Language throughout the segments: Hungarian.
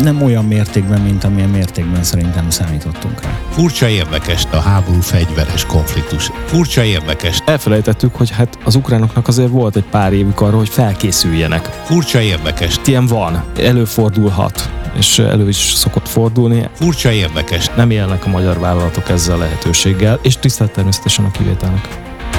nem olyan mértékben, mint amilyen mértékben szerintem számítottunk rá. Furcsa érdekes a háború fegyveres konfliktus. Furcsa érdekes. Elfelejtettük, hogy hát az ukránoknak azért volt egy pár évük arra, hogy felkészüljenek. Furcsa érdekes. Ilyen van, előfordulhat, és elő is szokott fordulni. Furcsa érdekes. Nem élnek a magyar vállalatok ezzel a lehetőséggel, és tisztelt természetesen a kivételnek.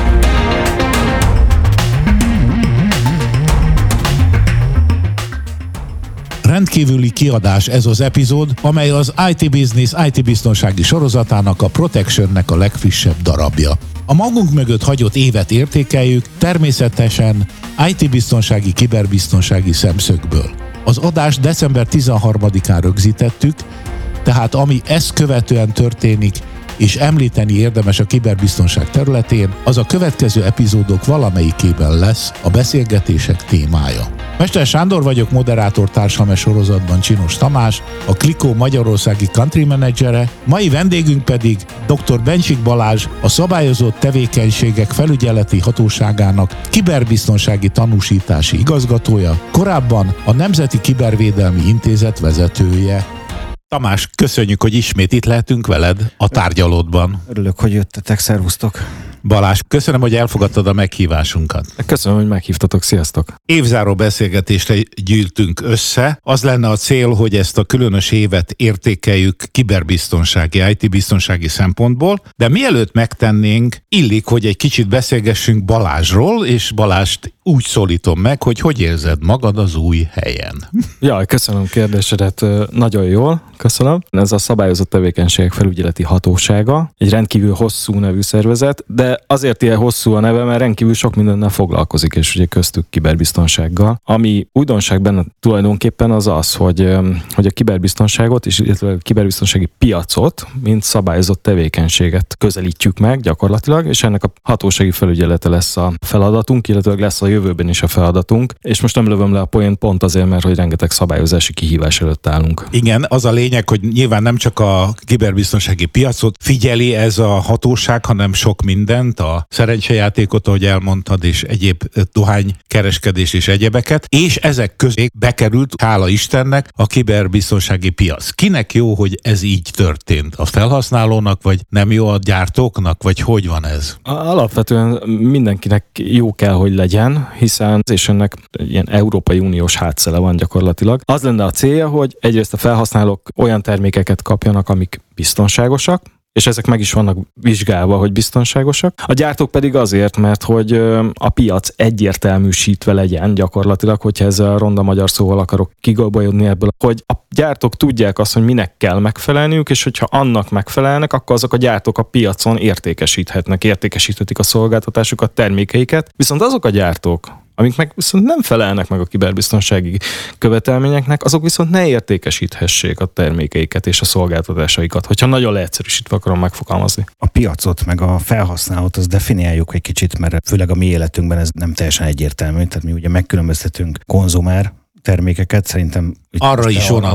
Rendkívüli kiadás ez az epizód, amely az IT Business IT biztonsági sorozatának, a Protection-nek a legfrissebb darabja. A magunk mögött hagyott évet értékeljük, természetesen IT biztonsági, kiberbiztonsági szemszögből. Az adást december 13-án rögzítettük, tehát ami ezt követően történik, és említeni érdemes a kiberbiztonság területén, az a következő epizódok valamelyikében lesz a beszélgetések témája. Mester Sándor vagyok, moderátor társam e sorozatban Csinos Tamás, a Klikó magyarországi country managere, mai vendégünk pedig dr. Bencsik Balázs, a Szabályozott Tevékenységek Felügyeleti Hatóságának kiberbiztonsági tanúsítási igazgatója, korábban a Nemzeti Kibervédelmi Intézet vezetője. Tamás, köszönjük, hogy ismét itt lehetünk veled a tárgyalódban. Örülök, hogy jöttetek, szervusztok! Balázs, köszönöm, hogy elfogadtad a meghívásunkat. Köszönöm, hogy meghívtatok, sziasztok! Évzáró beszélgetésre gyűltünk össze. Az lenne a cél, hogy ezt a különös évet értékeljük kiberbiztonsági, IT-biztonsági szempontból, de mielőtt megtennénk, illik, hogy egy kicsit beszélgessünk Balázsról, és Balázst úgy szólítom meg, hogy érzed magad az új helyen. Jaj, köszönöm kérdésedet, nagyon jól, köszönöm. Ez a Szabályozott Tevékenységek Felügyeleti Hatósága, egy rendkívül hosszú nevű szervezet, de azért ilyen hosszú a neve, mert rendkívül sok mindennel foglalkozik, és ugye köztük kiberbiztonsággal. Ami újdonság benne tulajdonképpen az az, hogy a kiberbiztonságot, és illetve a kiberbiztonsági piacot, mint szabályozott tevékenységet közelítjük meg gyakorlatilag, és ennek a hatósági felügyelete lesz a feladatunk, illetve lesz a jövőben is a feladatunk, és most nem lövöm le a poént pont azért, mert hogy rengeteg szabályozási kihívás előtt állunk. Igen, az a lényeg, hogy nyilván nem csak a kiberbiztonsági piacot figyeli ez a hatóság, hanem sok mindent, a szerencsejátékot, ahogy elmondtad, és egyéb dohánykereskedés és egyebeket, és ezek közé bekerült, hála Istennek, a kiberbiztonsági piac. Kinek jó, hogy ez így történt? A felhasználónak, vagy nem jó a gyártóknak, vagy hogy van ez? Alapvetően mindenkinek jó kell, hogy legyen, hiszen és ennek ilyen Európai Uniós hátszele van gyakorlatilag. Az lenne a célja, hogy egyrészt a felhasználók olyan termékeket kapjanak, amik biztonságosak, és ezek meg is vannak vizsgálva, hogy biztonságosak. A gyártók pedig azért, mert hogy a piac egyértelműsítve legyen gyakorlatilag, hogyha ezzel a ronda magyar szóval akarok kigobolyodni ebből, hogy a gyártók tudják azt, hogy minek kell megfelelniük, és hogyha annak megfelelnek, akkor azok a gyártók a piacon értékesíthetik a szolgáltatásukat, termékeiket. Viszont azok a gyártók, amik meg viszont nem felelnek meg a kiberbiztonsági követelményeknek, azok viszont ne értékesíthessék a termékeiket és a szolgáltatásaikat, hogyha nagyon leegyszerűsítve akarom megfogalmazni. A piacot meg a felhasználót azt definiáljuk egy kicsit, mert főleg a mi életünkben ez nem teljesen egyértelmű, tehát mi ugye megkülönböztetünk konzumer termékeket, szerintem arra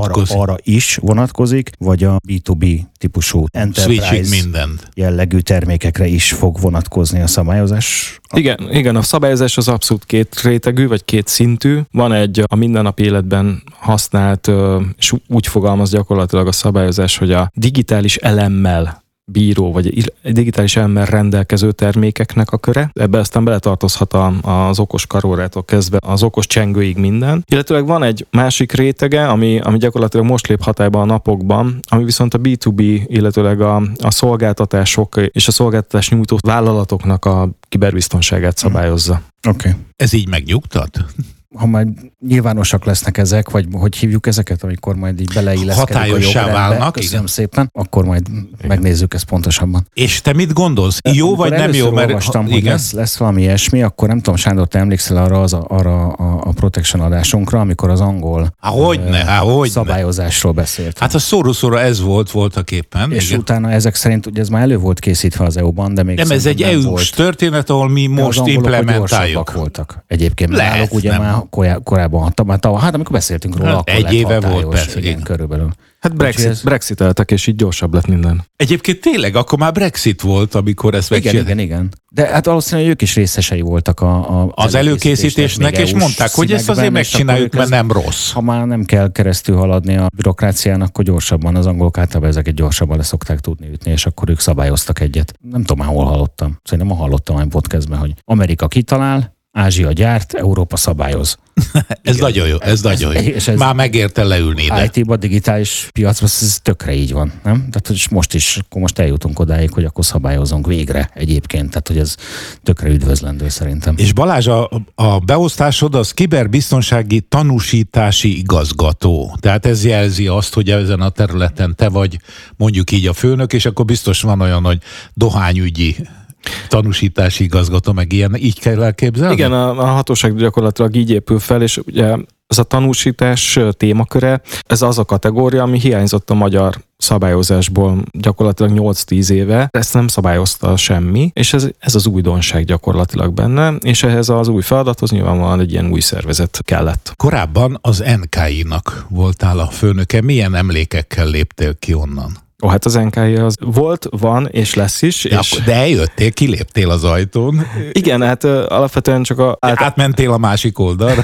is vonatkozik, vagy a B2B típusú enterprise jellegű termékekre is fog vonatkozni a szabályozás. Igen, a szabályozás az abszolút két rétegű, vagy két szintű. Van egy a mindennapi életben használt, és úgy fogalmaz gyakorlatilag a szabályozás, hogy a digitális elemmel bíró, vagy digitális elemmel rendelkező termékeknek a köre. Ebbe aztán beletartozhat az okos karórától kezdve az okos csengőig minden. Illetőleg van egy másik rétege, ami gyakorlatilag most lép hatályba a napokban, ami viszont a B2B, illetőleg a szolgáltatások és a szolgáltatás nyújtó vállalatoknak a kiberbiztonságát szabályozza. Oké. Ez így megnyugtat? Ha majd nyilvánosak lesznek ezek, vagy hogy hívjuk ezeket, amikor majd így beleilleszkedik a jogrendbe, köszönöm szépen, akkor majd megnézzük ezt pontosabban. És te mit gondolsz? Jó vagy nem jó? Mert olvastam, hogy lesz valami ilyesmi, akkor nem tudom, Sándor, te emlékszel arra a Protection adásunkra, amikor az angol szabályozásról beszélt. Hát a szóra ez volt voltaképpen. És igen. Utána ezek szerint, ugye ez már elő volt készítve az EU-ban, de még nem, ez egy EU-s történet, ahol mi most implementáljuk. Voltak egyébként. Náluk ugye már korábban, hát amikor beszéltünk róla, akkor egy éve volt persze. Igen, körülbelül. Hát Brexiteltek, és így gyorsabb lett minden. Egyébként tényleg, akkor már Brexit volt, amikor ezt megcsinálták. Igen. De hát valószínűleg ők is részesei voltak az előkészítésnek, és mondták, hogy ezt azért megcsináljuk, mert nem rossz. Ha már nem kell keresztül haladni a bürokrácián, akkor gyorsabban, az angolok általában ezeket gyorsabban le szokták tudni ütni, és akkor ők szabályoztak egyet. Nem tudom már hol hallottam. Szerintem hallottam egy podcastben, hogy Amerika kitalál, Ázsia gyárt, Európa szabályoz. Ez nagyon jó, ez nagyon jó. Már megérte leülni ide. IT-ban, digitális piacban ez tökre így van, nem? Tehát hogy most eljutunk odáig, hogy akkor szabályozunk végre egyébként, tehát hogy ez tökre üdvözlendő szerintem. És Balázs, a beosztásod az kiberbiztonsági tanúsítási igazgató. Tehát ez jelzi azt, hogy ezen a területen te vagy mondjuk így a főnök, és akkor biztos van olyan, hogy dohányügyi tanúsítási igazgató, meg ilyen, így kell elképzelni? Igen, a hatóság gyakorlatilag így épül fel, és ugye ez a tanúsítás témaköre, ez az a kategória, ami hiányzott a magyar szabályozásból gyakorlatilag 8-10 éve. Ezt nem szabályozta semmi, és ez az újdonság gyakorlatilag benne, és ehhez az új feladathoz nyilvánvalóan egy ilyen új szervezet kellett. Korábban az NKI-nak voltál a főnöke. Milyen emlékekkel léptél ki onnan? Hát az NKI az volt, van és lesz is. De eljöttél, kiléptél az ajtón. Igen, hát alapvetően csak átmentél a másik oldalra.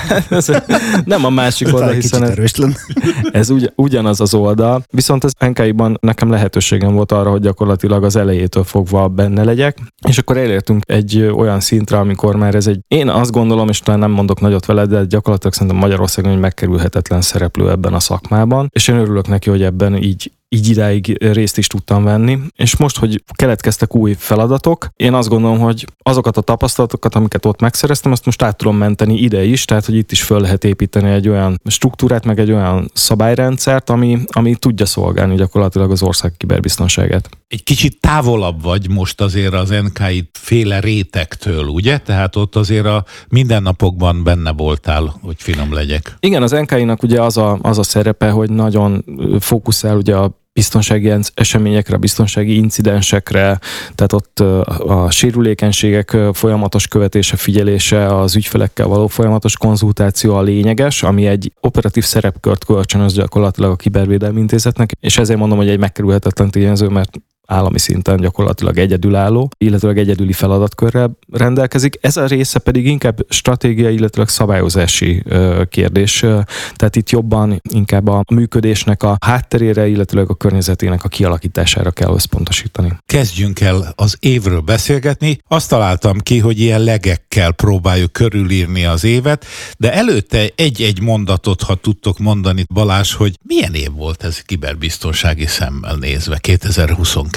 Nem a másik oldal, hiszen ez ugyanaz az oldal. Viszont az NKI-ban nekem lehetőségem volt arra, hogy gyakorlatilag az elejétől fogva benne legyek, és akkor elértünk egy olyan szintre, amikor már ez én azt gondolom, és talán nem mondok nagyot vele, de gyakorlatilag szerintem Magyarországon egy megkerülhetetlen szereplő ebben a szakmában, és én örülök neki, hogy ebben így idáig részt is tudtam venni, és most, hogy keletkeztek új feladatok, én azt gondolom, hogy azokat a tapasztalatokat, amiket ott megszereztem, azt most át tudom menteni ide is, tehát, hogy itt is föl lehet építeni egy olyan struktúrát, meg egy olyan szabályrendszert, ami tudja szolgálni gyakorlatilag az ország kiberbiztonságát. Egy kicsit távolabb vagy most azért az NKI féle rétegtől, ugye? Tehát ott azért a mindennapokban benne voltál, hogy finom legyek. Igen, az NKI-nak ugye az a szerepe, hogy nagyon fókuszál ugye a biztonsági eseményekre, biztonsági incidensekre, tehát ott a sérülékenységek folyamatos követése, figyelése, az ügyfelekkel való folyamatos konzultáció a lényeges, ami egy operatív szerepkört kölcsönöz gyakorlatilag a Kibervédelmi Intézetnek, és ezért mondom, hogy egy megkerülhetetlen tényező, mert állami szinten gyakorlatilag egyedülálló, illetőleg egyedüli feladatkörrel rendelkezik. Ez a része pedig inkább stratégiai, illetőleg szabályozási kérdés. Tehát itt jobban inkább a működésnek a hátterére, illetőleg a környezetének a kialakítására kell összpontosítani. Kezdjünk el az évről beszélgetni. Azt találtam ki, hogy ilyen legekkel próbáljuk körülírni az évet, de előtte egy mondatot, ha tudtok mondani, Balázs, hogy milyen év volt ez kiberbiztonsági szemmel nézve, 2022?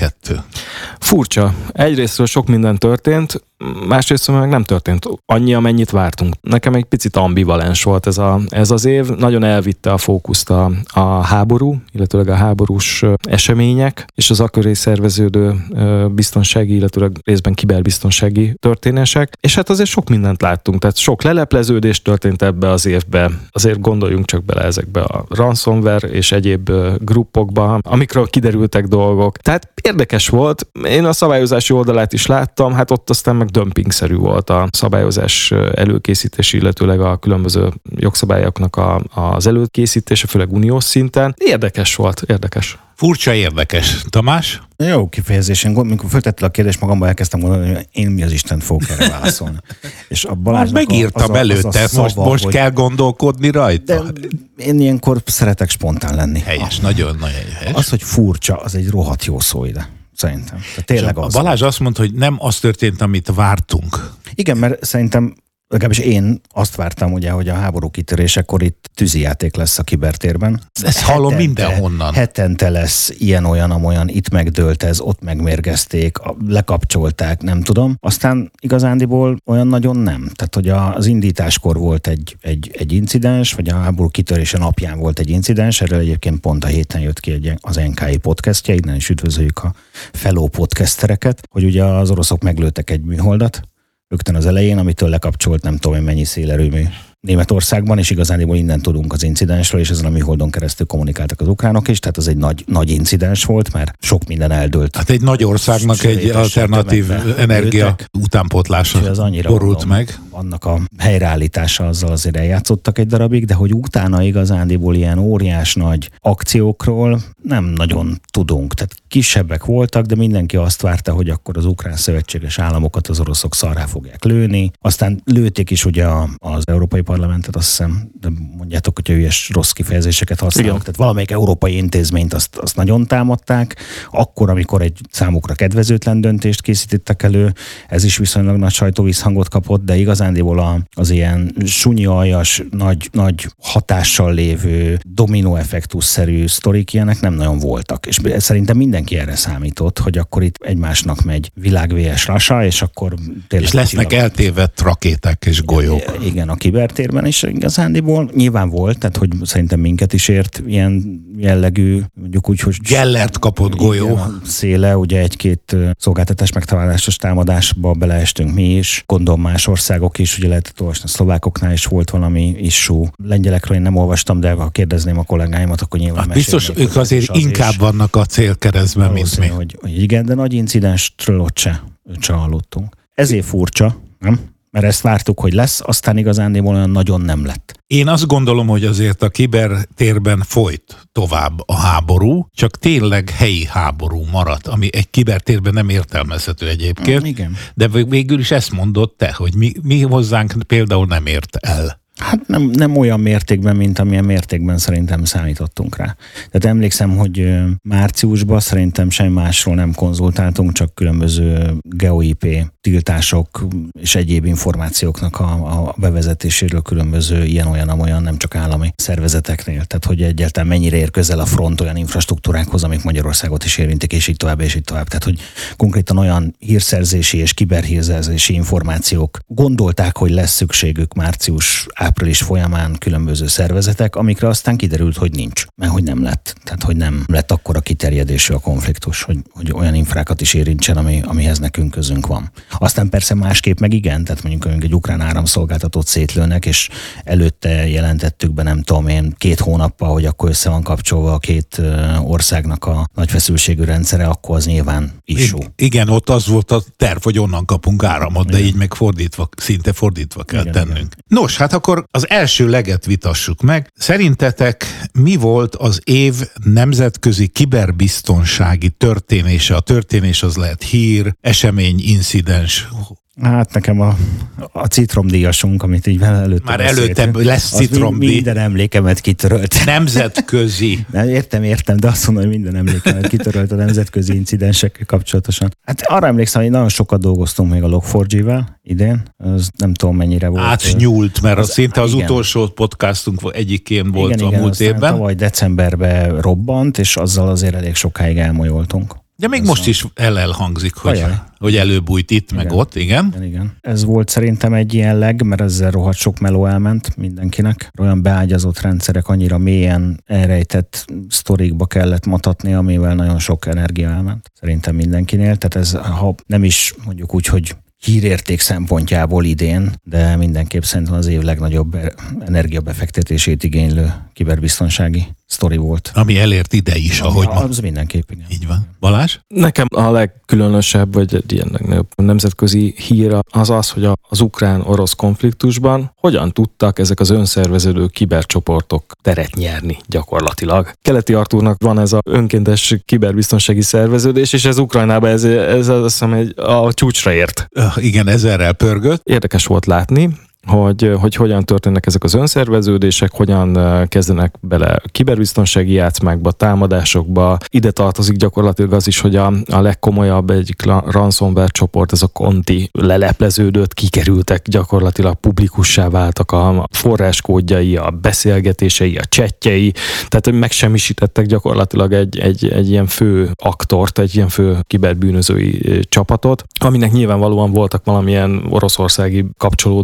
Furcsa. Egyrésztről sok minden történt, másrésztről meg nem történt annyi, amennyit vártunk. Nekem egy picit ambivalens volt ez az év. Nagyon elvitte a fókuszt a háború, illetőleg a háborús események, és az akköré szerveződő biztonsági, illetőleg részben kiberbiztonsági történések. És hát azért sok mindent láttunk, tehát sok lelepleződés történt ebbe az évbe. Azért gondoljunk csak bele ezekbe a ransomware és egyéb gruppokba, amikről kiderültek dolgok. Tehát érdekes volt. Én a szabályozási oldalát is láttam, hát ott aztán meg dömpingszerű volt a szabályozás előkészítése, illetőleg a különböző jogszabályoknak az előkészítése, főleg uniós szinten. Érdekes volt, érdekes. Furcsa érdekes. Tamás? Jó kifejezés. Én amikor föltettél a kérdést, magamban elkezdtem mondani, hogy én mi az Istent fogok erre válaszolni. És a Balázsnak megírtam előtte, most kell gondolkodni rajta. De én ilyenkor szeretek spontán lenni. Helyes, nagyon helyes. Az, hogy furcsa, az egy rohadt jó szó ide. Szerintem. Tényleg az. Balázs azt mondta, hogy nem az történt, amit vártunk. Igen, mert szerintem legalábbis én azt vártam, ugye, hogy a háború kitörésekor itt tűzijáték lesz a kibertérben. Ezt hallom mindenhonnan. Hetente lesz ilyen-olyan, amolyan, itt megdőlt ez, ott megmérgezték, lekapcsolták, nem tudom. Aztán igazándiból olyan nagyon nem. Tehát, hogy az indításkor volt egy incidens, vagy a háború kitörése napján volt egy incidens, erről egyébként pont a héten jött ki az NKI podcastja, innen is üdvözöljük a fellow podcastereket, hogy ugye az oroszok meglőttek egy műholdat, rögtön az elején, amitől lekapcsolt nem tudom, mennyi szélerőmű Németországban, és igazániból innen tudunk az incidensről, és ezen a műholdon keresztül kommunikáltak az ukránok is, tehát az egy nagy incidens volt, mert sok minden eldőlt. Hát egy nagy országnak egy alternatív energia utánpótlása borult meg. Annak a helyreállítása, azzal azért eljátszottak egy darabig, de hogy utána igazándiból ilyen óriás nagy akciókról nem nagyon tudunk. Tehát kisebbek voltak, de mindenki azt várta, hogy akkor az ukrán szövetséges államokat az oroszok szarrá fogják lőni. Aztán lőtték is ugye az Európai Parlamentet, azt hiszem, de mondjátok, hogyha ügyes rossz kifejezéseket használnak. Igen. Tehát valamelyik európai intézményt azt nagyon támadták. Akkor, amikor egy számukra kedvezőtlen döntést készítettek elő, ez is viszonylag nagy sajtóvízhangot kapott, de igazándiból az ilyen sunyi aljas, nagy hatással lévő dominó effektusszerű sztorik ilyenek nem nagyon voltak. És szerintem mindenki erre számított, hogy akkor itt egymásnak megy világ vs. Rasa, és akkor tényleg... És lesznek eltévedt rakéták és golyók. Igen, a kibertérben is igazándiból nyilván volt, tehát hogy szerintem minket is ért ilyen jellegű, mondjuk úgy, hogy... Gellert kapott golyó. Széle, ugye egy-két szolgáltatás megtalálásos támadásba beleestünk mi is, gondolom más országok is, ugye lehetett olvasni, a szlovákoknál is volt valami issue. Lengyelekről én nem olvastam, de ha kérdezném a kollégáimat, akkor nyilván biztos ők azért inkább vannak a célkeresztben, mint mi. Hogy igen, de nagy incidensről ott se hallottunk. Ezért furcsa, nem? Mert ezt vártuk, hogy lesz, aztán igazándiból olyan nagyon nem lett. Én azt gondolom, hogy azért a kibertérben folyt tovább a háború, csak tényleg helyi háború maradt, ami egy kibertérben nem értelmezhető egyébként. Igen. De végül is ezt mondott te, hogy mi hozzánk például nem ért el. Hát nem olyan mértékben, mint amilyen mértékben szerintem számítottunk rá. Tehát emlékszem, hogy márciusban szerintem semmi másról nem konzultáltunk, csak különböző GeoIP tiltások és egyéb információknak a bevezetéséről különböző ilyen-olyan nem csak állami szervezeteknél. Tehát, hogy egyáltalán mennyire ér közel a front olyan infrastruktúrákhoz, amik Magyarországot is érintik, és így tovább, és így tovább. Tehát, hogy konkrétan olyan hírszerzési és kiberhírszerzési információk gondolták, hogy lesz szükségük április folyamán különböző szervezetek, amikre aztán kiderült, hogy nincs, mert hogy nem lett. Tehát, hogy nem lett akkora kiterjedésű a konfliktus, hogy olyan infrákat is érintsen, amihez nekünk közünk van. Aztán persze másképp meg igen, tehát mondjuk egy ukrán áramszolgáltatót szétlőnek, és előtte jelentettük be, nem tudom én, 2 hónappal, hogy akkor össze van kapcsolva a két országnak a nagy feszültségű rendszere, akkor az nyilván issue. Igen, ott az volt a terv, hogy onnan kapunk áramot, de így meg szinte fordítva kell tennünk. Igen. Nos, hát akkor az első leget vitassuk meg. Szerintetek mi volt az év nemzetközi kiberbiztonsági történése? A történés az lehet hír, esemény, incidens. Hát nekem a citromdíjasunk, amit így vele előtte már előtte lesz citromdíj. Minden emlékemet kitörölt. Nemzetközi. Értem, de azt mondom, hogy minden emlékemet kitörölt a nemzetközi incidensekkel kapcsolatosan. Hát arra emlékszem, hogy nagyon sokat dolgoztunk még a Log4j-vel idén. Az nem tudom mennyire volt. Átnyúlt, mert szinte az utolsó podcastunk egyikén volt a múlt évben. Tavaly decemberben robbant, és azzal azért elég sokáig elmolyoltunk. De még most is elhangzik, hogy előbújt itt, igen, meg ott, igen. Igen. Ez volt szerintem egy ilyen leg, mert ezzel rohadt sok meló elment mindenkinek. Olyan beágyazott rendszerek, annyira mélyen elrejtett sztorikba kellett matatni, amivel nagyon sok energia elment. Szerintem mindenkinél. Tehát ez, ha nem is mondjuk úgy, hogy hírérték szempontjából idén, de mindenképp szerintem az év legnagyobb energiabefektetését igénylő kiberbiztonsági sztori volt. Ami elért ide is, ahogy ma. Az mindenképp, igen. Így van. Balázs? Nekem a legkülönösebb, vagy egy ilyen legnagyobb nemzetközi hír az, hogy az ukrán-orosz konfliktusban hogyan tudtak ezek az önszerveződő kibercsoportok teret nyerni gyakorlatilag. Keleti Artúrnak van ez az önkéntes kiberbiztonsági szerveződés, és ez Ukrajnában ez azt hiszem a csúcsra ért. Igen, ezerrel pörgött. Érdekes volt látni, hogy hogyan történnek ezek az önszerveződések, hogyan kezdenek bele kiberbiztonsági játszmákba, támadásokba. Ide tartozik gyakorlatilag az is, hogy a legkomolyabb egyik ransomware csoport, ez a Conti lelepleződött, kikerültek, gyakorlatilag publikussá váltak a forráskódjai, a beszélgetései, a chatjei, tehát megsemmisítettek gyakorlatilag egy ilyen fő aktort, egy ilyen fő kiberbűnözői csapatot, aminek nyilvánvalóan voltak valamilyen oroszországi kapcsolódásai,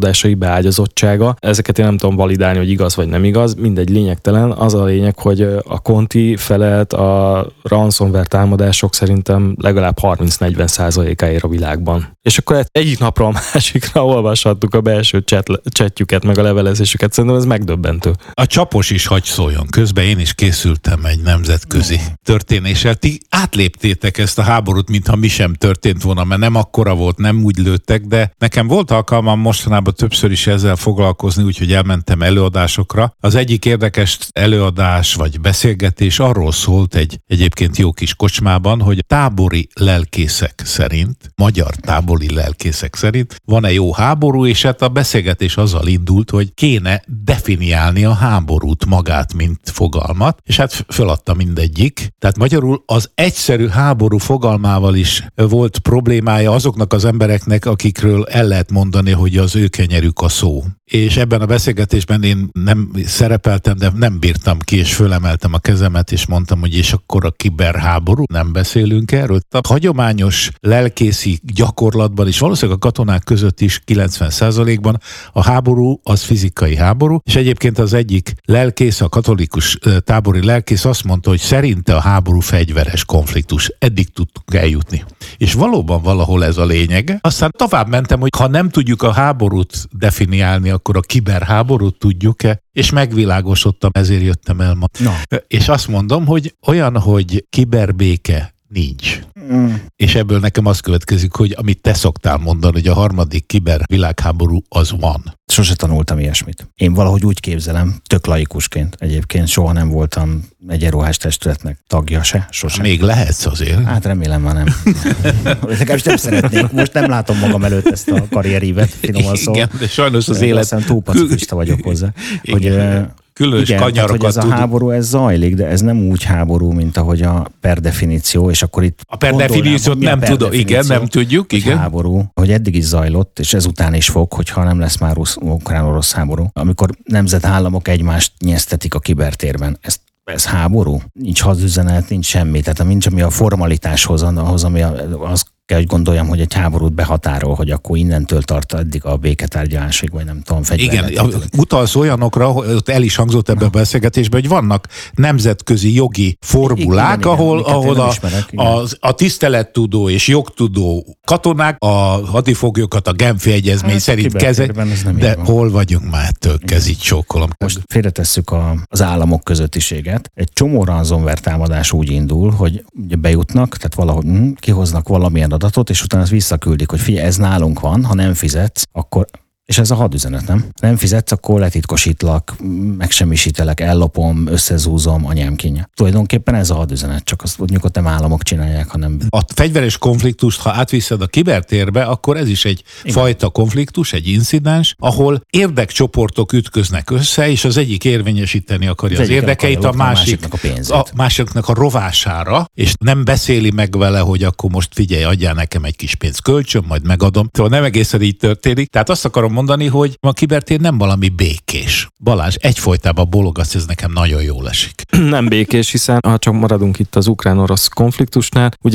kiberágyazottsága. Ezeket én nem tudom validálni, hogy igaz vagy nem igaz, mindegy, lényegtelen. Az a lényeg, hogy a Conti felelt a ransomware támadások szerintem legalább 30-40%-áért a világban. És akkor egyik napra a másikra olvashattuk a belső chatjüket, meg a levelezésüket. Szerintem ez megdöbbentő. A Csapos is hagy szóljon közben, én is készültem egy nemzetközi történéssel. Ti átléptétek ezt a háborút, mintha mi sem történt volna, mert nem akkora volt, nem úgy lőttek, de nekem volt alkalmam mostanában többször is ezzel foglalkozni, úgyhogy elmentem előadásokra. Az egyik érdekes előadás vagy beszélgetés arról szólt egy egyébként jó kis kocsmában, hogy tábori lelkészek szerint, magyar tábori lelkészek szerint van-e jó háború, és hát a beszélgetés azzal indult, hogy kéne definiálni a háborút magát, mint fogalmat, és hát föladta mindegyik. Tehát magyarul az egyszerű háború fogalmával is volt problémája azoknak az embereknek, akikről el lehet mondani, hogy az ő kenyerük a szó. És ebben a beszélgetésben én nem szerepeltem, de nem bírtam ki, és fölemeltem a kezemet, és mondtam, hogy és akkor a kiberháború, nem beszélünk erről. A hagyományos lelkészi gyakorlatban is, valószínűleg a katonák között is 90%-ban a háború az fizikai háború, és egyébként az egyik lelkész, a katolikus tábori lelkész azt mondta, hogy szerinte a háború fegyveres konfliktus. Eddig tudtunk eljutni. És valóban valahol ez a lényege. Aztán tovább mentem, hogy ha nem tudjuk a háborút definiálni, akkor a kiberháborút tudjuk-e? És megvilágosodtam, ezért jöttem el ma. No. És azt mondom, hogy olyan, hogy kiberbéke nincs. És ebből nekem az következik, hogy amit te szoktál mondani, hogy a harmadik kibervilágháború az van. Sose tanultam ilyesmit. Én valahogy úgy képzelem, tök laikusként egyébként, soha nem voltam egy egyenruhás testületnek tagja se, sose. Még lehetsz azért. Hát remélem már nem. Legalábbis nem szeretnék. Most nem látom magam előtt ezt a karrierívet, finoman szól. Igen, de sajnos az élet... Aztán túl pacifista vagyok hozzá. Hogy, különös kanyarokat hogy ez a háború, ez zajlik, de ez nem úgy háború, mint ahogy a per definíció, és akkor itt... A per definíciót nem tudom, igen, nem tudjuk, igen. Háború, hogy eddig is zajlott, és ezután is fog, hogyha nem lesz már ukrán-orosz háború. Amikor nemzetállamok egymást nyeztetik a kibertérben. Ez háború? Nincs hadüzenet, nincs semmi. Tehát nincs, ami a formalitáshoz, ami az kell, hogy gondoljam, hogy egy háborút behatárol, hogy akkor innentől tart eddig a béketárgyalásig, vagy nem tudom, fegyverlet. Igen, utalsz olyanokra, hogy ott el is hangzott ebben a beszélgetésben, hogy vannak nemzetközi jogi formulák, igen, ahol a tisztelettudó és jogtudó katonák a hadifoglyokat a Genfi Egyezmény szerint kezelik, de hol vagyunk már ettől, kezit csókolom. Most félretesszük az államok közöttiséget. Egy csomó ransomware támadás úgy indul, hogy ugye bejutnak, tehát valahogy kihoznak valamilyen adatot, és utána azt visszaküldik, hogy figyelj, ez nálunk van, ha nem fizetsz, akkor... És ez a hadüzenet, nem? Nem fizetsz, akkor letitkosítlak, megsemmisítelek, ellopom, összezúzom, anyám kínja. Tulajdonképpen ez a hadüzenet, csak azt nyugodtan nem államok csinálják, hanem... A fegyveres konfliktust, ha átviszed a kibertérbe, akkor ez is egy fajta konfliktus, egy incidens, ahol érdekcsoportok ütköznek össze, és az egyik érvényesíteni akarja az érdekeit, a másiknak a rovására, és nem beszéli meg vele, hogy akkor most figyelj, adjál nekem egy kis pénzt kölcsön, majd megadom. Szóval nem egészen így történik. Tehát azt akarom mondani, hogy a kibertér nem valami békés. Balázs, egyfolytában bólogatsz, ez nekem nagyon jól esik. Nem békés, hiszen ha csak maradunk itt az ukrán-orosz konfliktusnál, ugye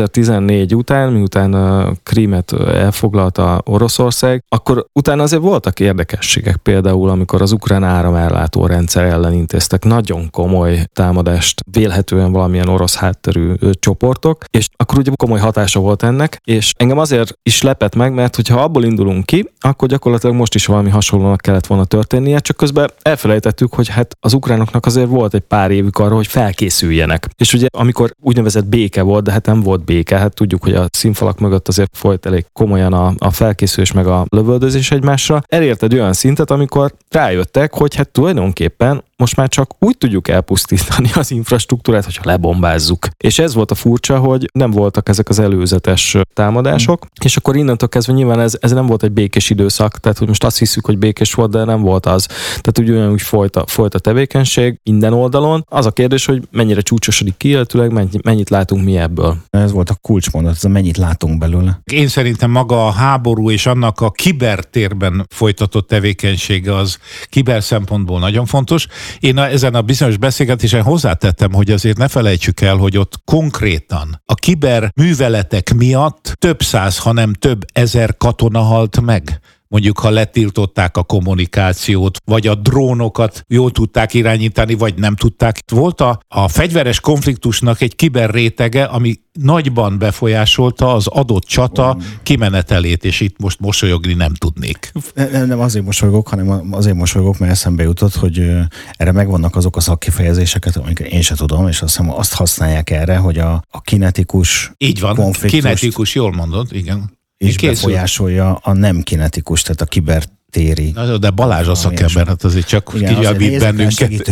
2014 után, miután Krímet elfoglalta Oroszország, akkor utána azért voltak érdekességek, például amikor az ukrán áramellátó rendszer ellen intéztek nagyon komoly támadást, vélhetően valamilyen orosz hátterű csoportok, és akkor ugye komoly hatása volt ennek, és engem azért is lepett meg, mert hogyha abból indulunk ki, akkor gyakorlatilag most is valami hasonlónak kellett volna történnie, csak közben elfelejtettük, hogy hát az ukránoknak azért volt egy pár évük arra, hogy felkészüljenek. És ugye amikor úgynevezett béke volt, de hát nem volt béke, hát tudjuk, hogy a színfalak mögött azért folyt elég komolyan a felkészülés meg a lövöldözés egymásra. Elért egy olyan szintet, amikor rájöttek, hogy hát tulajdonképpen most már csak úgy tudjuk elpusztítani az infrastruktúrát, hogyha lebombázzuk. És ez volt a furcsa, hogy nem voltak ezek az előzetes támadások, és akkor innentől kezdve nyilván ez nem volt egy békés időszak, tehát hogy most azt hiszük, hogy békés volt, de nem volt az. Tehát ugyanúgy folyt a tevékenység minden oldalon. Az a kérdés, hogy mennyire csúcsosodik ki, illetőleg mennyit látunk mi ebből. Ez volt a kulcsmondat, ez a mennyit látunk belőle. Én szerintem maga a háború és annak a kibertérben folytatott tevékenysége az kiber szempontból nagyon fontos. Én ezen a bizonyos beszélgetésen hozzátettem, hogy azért ne felejtsük el, hogy ott konkrétan a kiber műveletek miatt több száz, hanem több ezer katona halt meg. mondjuk ha letiltották a kommunikációt, vagy a drónokat jól tudták irányítani, vagy nem tudták. Volt a fegyveres konfliktusnak egy kiberrétege, ami nagyban befolyásolta az adott csata kimenetelét, és itt most mosolyogni nem tudnék. Nem azért mosolygok, hanem azért mosolygok, mert eszembe jutott, hogy erre megvannak azok a szakkifejezéseket, amiket én se tudom, és azt hiszem azt használják erre, hogy a kinetikus így van, kinetikus, jól mondod, igen. És befolyásolja a nem kinetikus, tehát a kibertéri. Na, de Balázs a szakember, hát azért csak kijavít bennünket.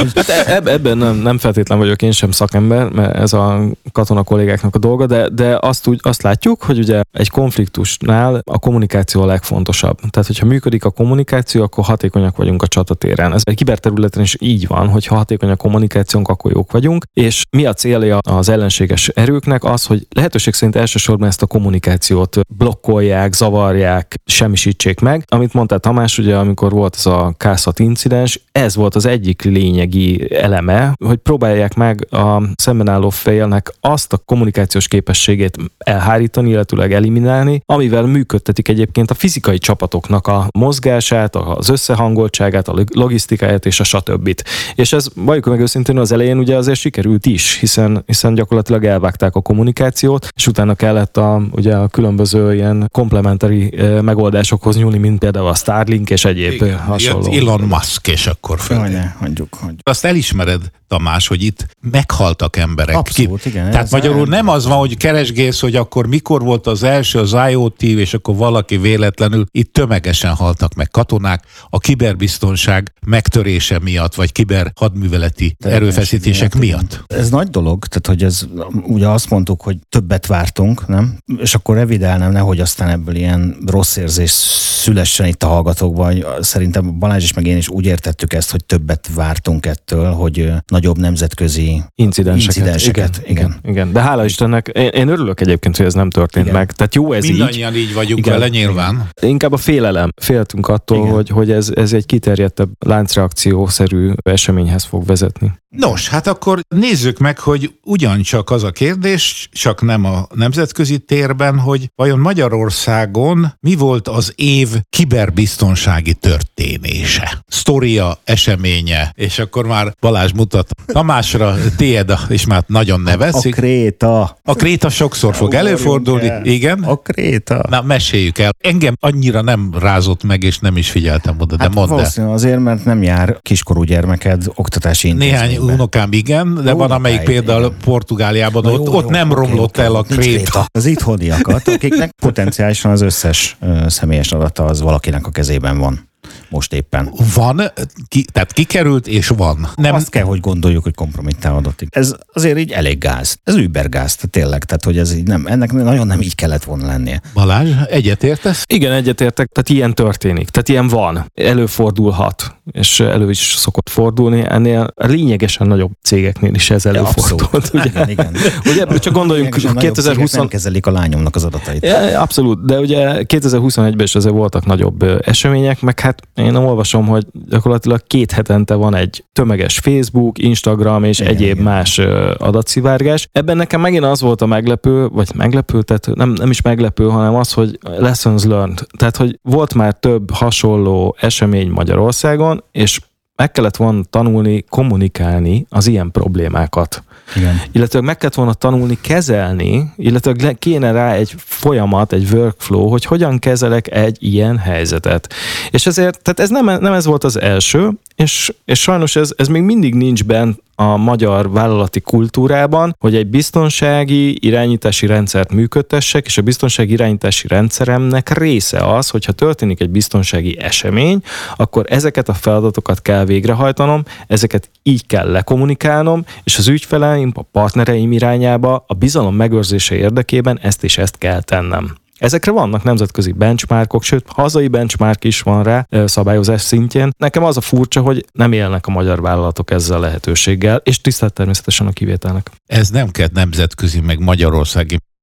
Hát ebben nem feltétlen vagyok én sem szakember, mert ez a katona kollégáknak a dolga, de azt látjuk, hogy ugye egy konfliktusnál a kommunikáció a legfontosabb. Tehát, hogyha működik a kommunikáció, akkor hatékonyak vagyunk a csatatéren. Ez egy kiberterületen is így van, hogy ha hatékony a kommunikációnk, akkor jók vagyunk, és mi a célja az ellenséges erőknek? Az, hogy lehetőség szerint elsősorban ezt a kommunikációt blokkolják, zavarják, semmisítsék meg. Amit mondtál Tamás, ugye amikor volt ez a Kászat incidens, ez volt az egyik lényegi eleme, hogy próbálják meg a szemben álló félnek azt a kommunikációs képességét elhárítani, illetőleg eliminálni, amivel működtetik egyébként a fizikai csapatoknak a mozgását, az összehangoltságát, a logisztikáját és a stb. És ez valljuk meg őszintén az elején ugye azért sikerült is, hiszen gyakorlatilag elvágták a kommunikációt, és utána kellett ugye a különböző ilyen komplementari megoldásokhoz nyúlni, mint például a Starlink és egyéb hasonló. Elon Musk, és akkor hagyjuk. Azt elismered, Tamás, hogy itt meghaltak emberek. Abszolút, igen. Tehát magyarul nem az van, hogy keresgélsz, hogy akkor mikor volt az első az IoT, és akkor valaki véletlenül, itt tömegesen haltak meg katonák a kiberbiztonság megtörése miatt, vagy kiberhadműveleti erőfeszítések miatt. Ez nagy dolog, tehát hogy ez, ugye azt mondtuk, hogy többet vártunk, nem? És akkor revidálnám, nehogy aztán ebből ilyen rossz érzés szülessen itt a hallgatókban. Szerintem Balázs is meg én is úgy értettük ezt, hogy többet vártunk ettől, hogy nagyobb nemzetközi incidenseket. Igen. De hála Istennek, én örülök egyébként, hogy ez nem történt meg. Tehát jó ez mindannyian így vagyunk vele nyilván. Inkább a félelem. Féltünk attól, hogy ez egy kiterjedtebb láncreakciószerű eseményhez fog vezetni. Nos, hát akkor nézzük meg, hogy ugyancsak az a kérdés, csak nem a nemzetközi térben, hogy vajon Magyarországon mi volt az év kiberbiztonsági történése, sztoria, eseménye, és akkor már Balázs mutat Tamásra, tiéd, és már nagyon nevezik. A kréta. A kréta sokszor fog előfordulni. Igen? A kréta. Na, meséljük el. Engem annyira nem rázott meg, és nem is figyeltem oda, de mondd el. Valószínűleg azért, mert nem jár kiskorú gyermeked oktatási intézménybe. Néhány unokám igen, de van amelyik például Portugáliában, ott nem romlott el a kréta. Az itthoniakat, akiknek potenciálisan az összes személyes adata az valakinek a kezében van. Most éppen. Van, tehát kikerült és van. Nem. Azt kell, hogy gondoljuk, hogy kompromittálódott. Ez azért így elég gáz. Ez übergáz, tényleg. Tehát, hogy ez így nem, ennek nagyon nem így kellett volna lennie. Balázs, egyetértesz? Igen, egyetértek. Tehát ilyen történik. Tehát ilyen van. Előfordulhat. És elő is szokott fordulni. Ennél lényegesen nagyobb cégeknél is ez előfordult. Ugye? Igen. Ugye, csak gondoljunk, 2020 nem kezelik a lányomnak az adatait. Abszolút, de ugye 2021-ben is azért voltak nagyobb események, meg hát én olvasom, hogy gyakorlatilag 2 hetente van egy tömeges Facebook, Instagram és egyéb más adatszivárgás. Ebben nekem megint az volt a meglepő, tehát nem is meglepő, hanem az, hogy lessons learned. Tehát, hogy volt már több hasonló esemény Magyarországon, és meg kellett volna tanulni, kommunikálni az ilyen problémákat. Igen. Illetve meg kellett volna tanulni kezelni, illetve kéne rá egy folyamat, egy workflow, hogy hogyan kezelek egy ilyen helyzetet. És ezért, tehát ez nem ez volt az első, és sajnos ez még mindig nincs bent a magyar vállalati kultúrában, hogy egy biztonsági irányítási rendszert működtessek, és a biztonsági irányítási rendszeremnek része az, hogyha történik egy biztonsági esemény, akkor ezeket a feladatokat kell végrehajtanom, ezeket így kell lekommunikálnom, és az ügyfeleim, a partnereim irányába a bizalom megőrzése érdekében ezt kell tennem. Ezekre vannak nemzetközi benchmarkok, sőt, hazai benchmark is van rá szabályozás szintjén. Nekem az a furcsa, hogy nem élnek a magyar vállalatok ezzel a lehetőséggel, és tisztelt természetesen a kivételnek. Ez nem kell nemzetközi, meg magyarországi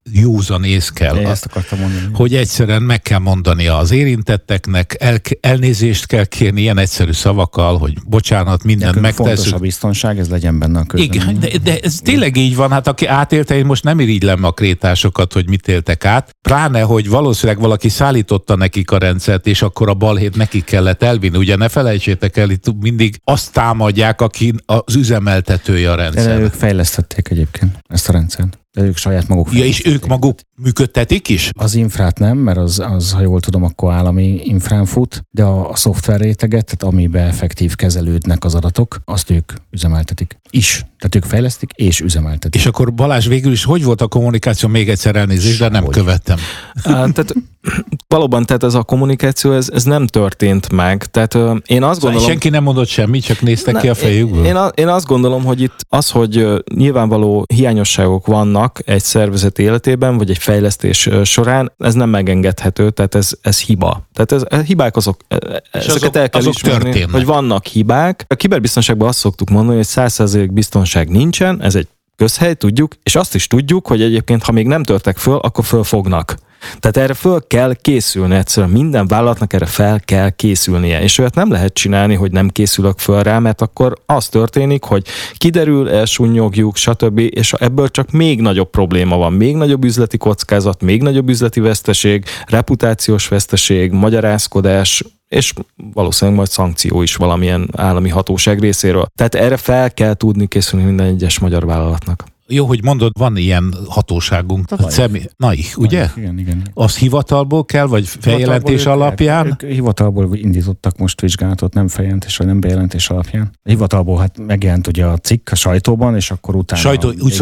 józan ész kell. Ezt akartam mondani. Hogy egyszerűen meg kell mondani az érintetteknek, elnézést kell kérni ilyen egyszerű szavakkal, hogy bocsánat, mindent megteszünk. Fontos a biztonság, ez legyen benne a közben. Igen, de ez tényleg így van, hát aki átélte, én most nem irigylem a krétásokat, hogy mit éltek át, pláne, hogy valószínűleg valaki szállította nekik a rendszert, és akkor a balhét nekik kellett elvinni. Ugye ne felejtsétek el, itt mindig azt támadják, aki az üzemeltetője a rendszer. Ők fejlesztették egyébként ezt a rendszert. De ők saját maguk. Ja, és ők maguk működtetik is? Az infrát nem, mert az, ha jól tudom, akkor állami infrán fut, de a szoftver réteget, tehát amiben effektív kezelődnek az adatok, azt ők üzemeltetik is. Tehát ők fejlesztik és üzemeltetik. És akkor Balázs, végül is hogy volt a kommunikáció? Még egyszer elnézést, de nem követtem. Tehát valóban, tehát ez a kommunikáció, ez nem történt meg. Tehát én azt gondolom... Senki nem mondott semmit, csak néztek ki a fejükből? Én azt gondolom, hogy itt az, hogy nyilvánvaló hiányosságok vannak egy szervezet életében, vagy egy fejlesztés során, ez nem megengedhető, tehát ez hiba. Tehát a hibák ezeket el kell ismerni, hogy vannak hibák. A kiberbiztonságban azt szoktuk mondani, hogy 100% biztonság nincsen, ez egy közhely, tudjuk, és azt is tudjuk, hogy egyébként, ha még nem törtek föl, akkor föl fognak. Tehát erre föl kell készülni egyszerűen. Minden vállalatnak erre fel kell készülnie. És olyat nem lehet csinálni, hogy nem készülök föl rá, mert akkor az történik, hogy kiderül, elsúnyogjuk, stb. És ebből csak még nagyobb probléma van. Még nagyobb üzleti kockázat, még nagyobb üzleti veszteség, reputációs veszteség, magyarázkodás, és valószínűleg majd szankció is valamilyen állami hatóság részéről. Tehát erre fel kell tudni készülni minden egyes magyar vállalatnak. Jó, hogy mondod, van ilyen hatóságunk. NAIH, ugye? Igen. Az hivatalból kell, vagy feljelentés alapján? Ők hivatalból indítottak most vizsgálatot, nem feljelentés, vagy nem bejelentés alapján. A hivatalból hát megjelent ugye a cikk a sajtóban, és akkor utána...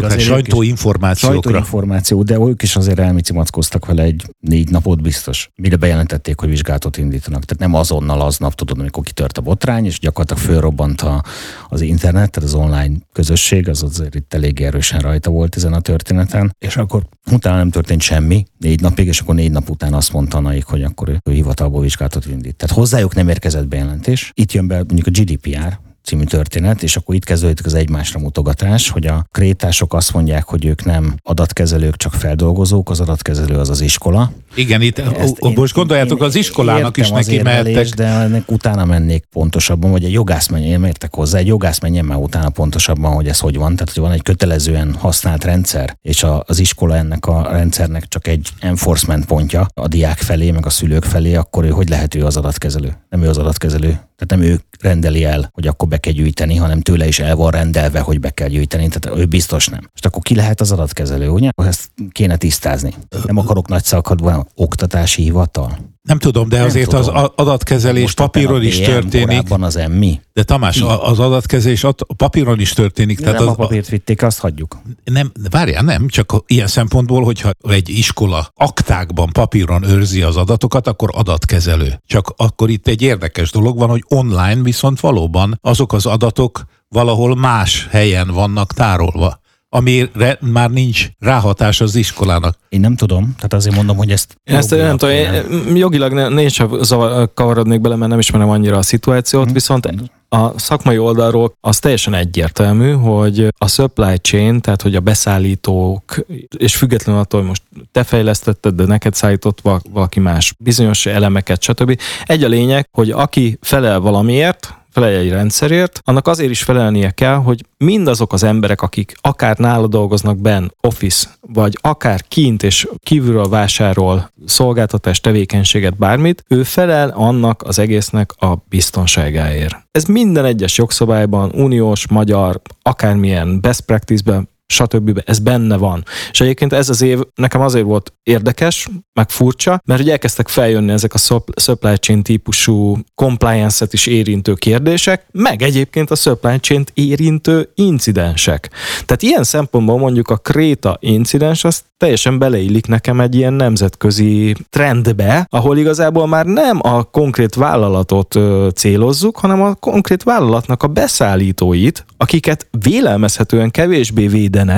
Sajtóinformáció, de ők is azért elmicimackoztak vele egy 4 napot biztos, mire bejelentették, hogy vizsgálatot indítanak. Tehát nem azonnal aznap, tudod, amikor kitört a botrány, és gyakorlatilag fölrobbant az internet, tehát az online közösség, az azért itt elég erősen rajta volt ezen a történeten, és akkor utána nem történt semmi 4 napig, és akkor 4 nap után azt mondta Naik, hogy akkor ő hivatalból vizsgálatot indít. Tehát hozzájuk nem érkezett bejelentés. Itt jön be mondjuk a GDPR című történet, és akkor itt kezdődik az egymásra mutogatás, hogy a krétások azt mondják, hogy ők nem adatkezelők, csak feldolgozók, az adatkezelő az iskola. Igen, itt most gondoljátok, az iskolának is neki mehettek. De ennek utána mennék pontosabban, vagy egy jogász menjen, értek hozzá, egy jogász menjen már utána pontosabban, hogy ez hogy van. Tehát, hogy van egy kötelezően használt rendszer, és az iskola ennek a rendszernek csak egy enforcement pontja a diák felé, meg a szülők felé, akkor hogy lehet ő az adatkezelő? Nem ő az adatkezelő. Tehát nem ő rendeli el, hogy akkor be kell gyűjteni, hanem tőle is el van rendelve, hogy be kell gyűjteni. Tehát ő biztos nem. És akkor ki lehet az adatkezelő, ugye? Ezt kéne tisztázni. Nem akarok nagy szakadban, oktatási hivatal. Nem tudom, de azért az adatkezelés most papíron is történik. Korábban az MI. De Tamás, az adatkezelés papíron is történik. Tehát nem a papírt vitték, azt hagyjuk. Nem, várjál, nem, csak ilyen szempontból, hogyha egy iskola aktákban papíron őrzi az adatokat, akkor adatkezelő. Csak akkor itt egy érdekes dolog van, hogy online viszont valóban azok az adatok valahol más helyen vannak tárolva, amire már nincs ráhatás az iskolának. Én nem tudom, tehát azért mondom, hogy ezt nem tudom, jogilag ne is kavarodnék bele, mert nem ismerem annyira a szituációt, viszont a szakmai oldalról az teljesen egyértelmű, hogy a supply chain, tehát hogy a beszállítók, és függetlenül attól, hogy most te fejlesztetted, de neked szállított valaki más bizonyos elemeket, stb. Egy a lényeg, hogy aki felel valamiért, felelj egy rendszerért, annak azért is felelnie kell, hogy mindazok az emberek, akik akár nála dolgoznak benn, office, vagy akár kint és kívülről vásárol szolgáltatás, tevékenységet, bármit, ő felel annak az egésznek a biztonságáért. Ez minden egyes jogszabályban, uniós, magyar, akármilyen best practice-ben, stb. Ez benne van. És egyébként ez az év nekem azért volt érdekes, meg furcsa, mert hogy elkezdtek feljönni ezek a supply chain típusú compliance-et is érintő kérdések, meg egyébként a supply chain-t érintő incidensek. Tehát ilyen szempontból mondjuk a Kréta incidens az teljesen beleillik nekem egy ilyen nemzetközi trendbe, ahol igazából már nem a konkrét vállalatot célozzuk, hanem a konkrét vállalatnak a beszállítóit, akiket vélelmezhetően kevésbé védenek,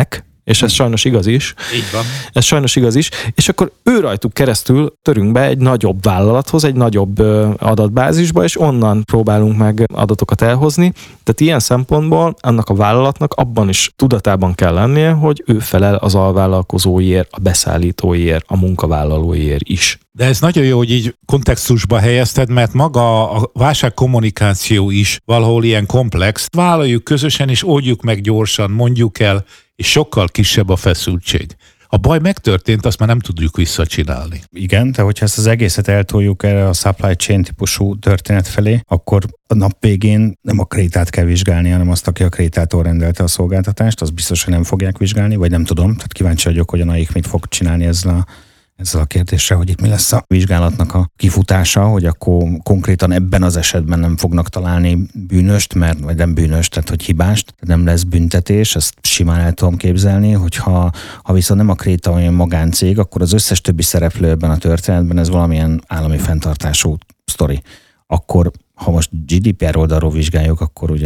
és ez sajnos igaz is. Így van. Ez sajnos igaz is, és akkor ő rajtuk keresztül törünk be egy nagyobb vállalathoz, egy nagyobb adatbázisba, és onnan próbálunk meg adatokat elhozni. Tehát ilyen szempontból annak a vállalatnak abban is tudatában kell lennie, hogy ő felel az alvállalkozóiért, a beszállítóiért, a munkavállalóiért is. De ez nagyon jó, hogy így kontextusba helyezted, mert maga a válságkommunikáció is valahol ilyen komplex. Vállaljuk közösen, és oldjuk meg gyorsan, mondjuk el, és sokkal kisebb a feszültség. A baj megtörtént, azt már nem tudjuk visszacsinálni. Igen, de hogyha ezt az egészet eltoljuk erre a supply chain típusú történet felé, akkor a nap végén nem a krétát kell vizsgálni, hanem azt, aki a krétától rendelte a szolgáltatást, az biztos, hogy nem fogják vizsgálni, vagy nem tudom. Tehát kíváncsi vagyok, hogy a NAIK mit fog csinálni ezzel a kérdéssel, hogy itt mi lesz a vizsgálatnak a kifutása, hogy akkor konkrétan ebben az esetben nem fognak találni bűnöst, vagy nem bűnöst, tehát hogy hibást, nem lesz büntetés, ezt simán el tudom képzelni, hogyha viszont nem a kréta olyan magáncég, akkor az összes többi szereplő ebben a történetben ez valamilyen állami fenntartású sztori. Akkor, ha most GDPR oldalról vizsgáljuk, akkor ugye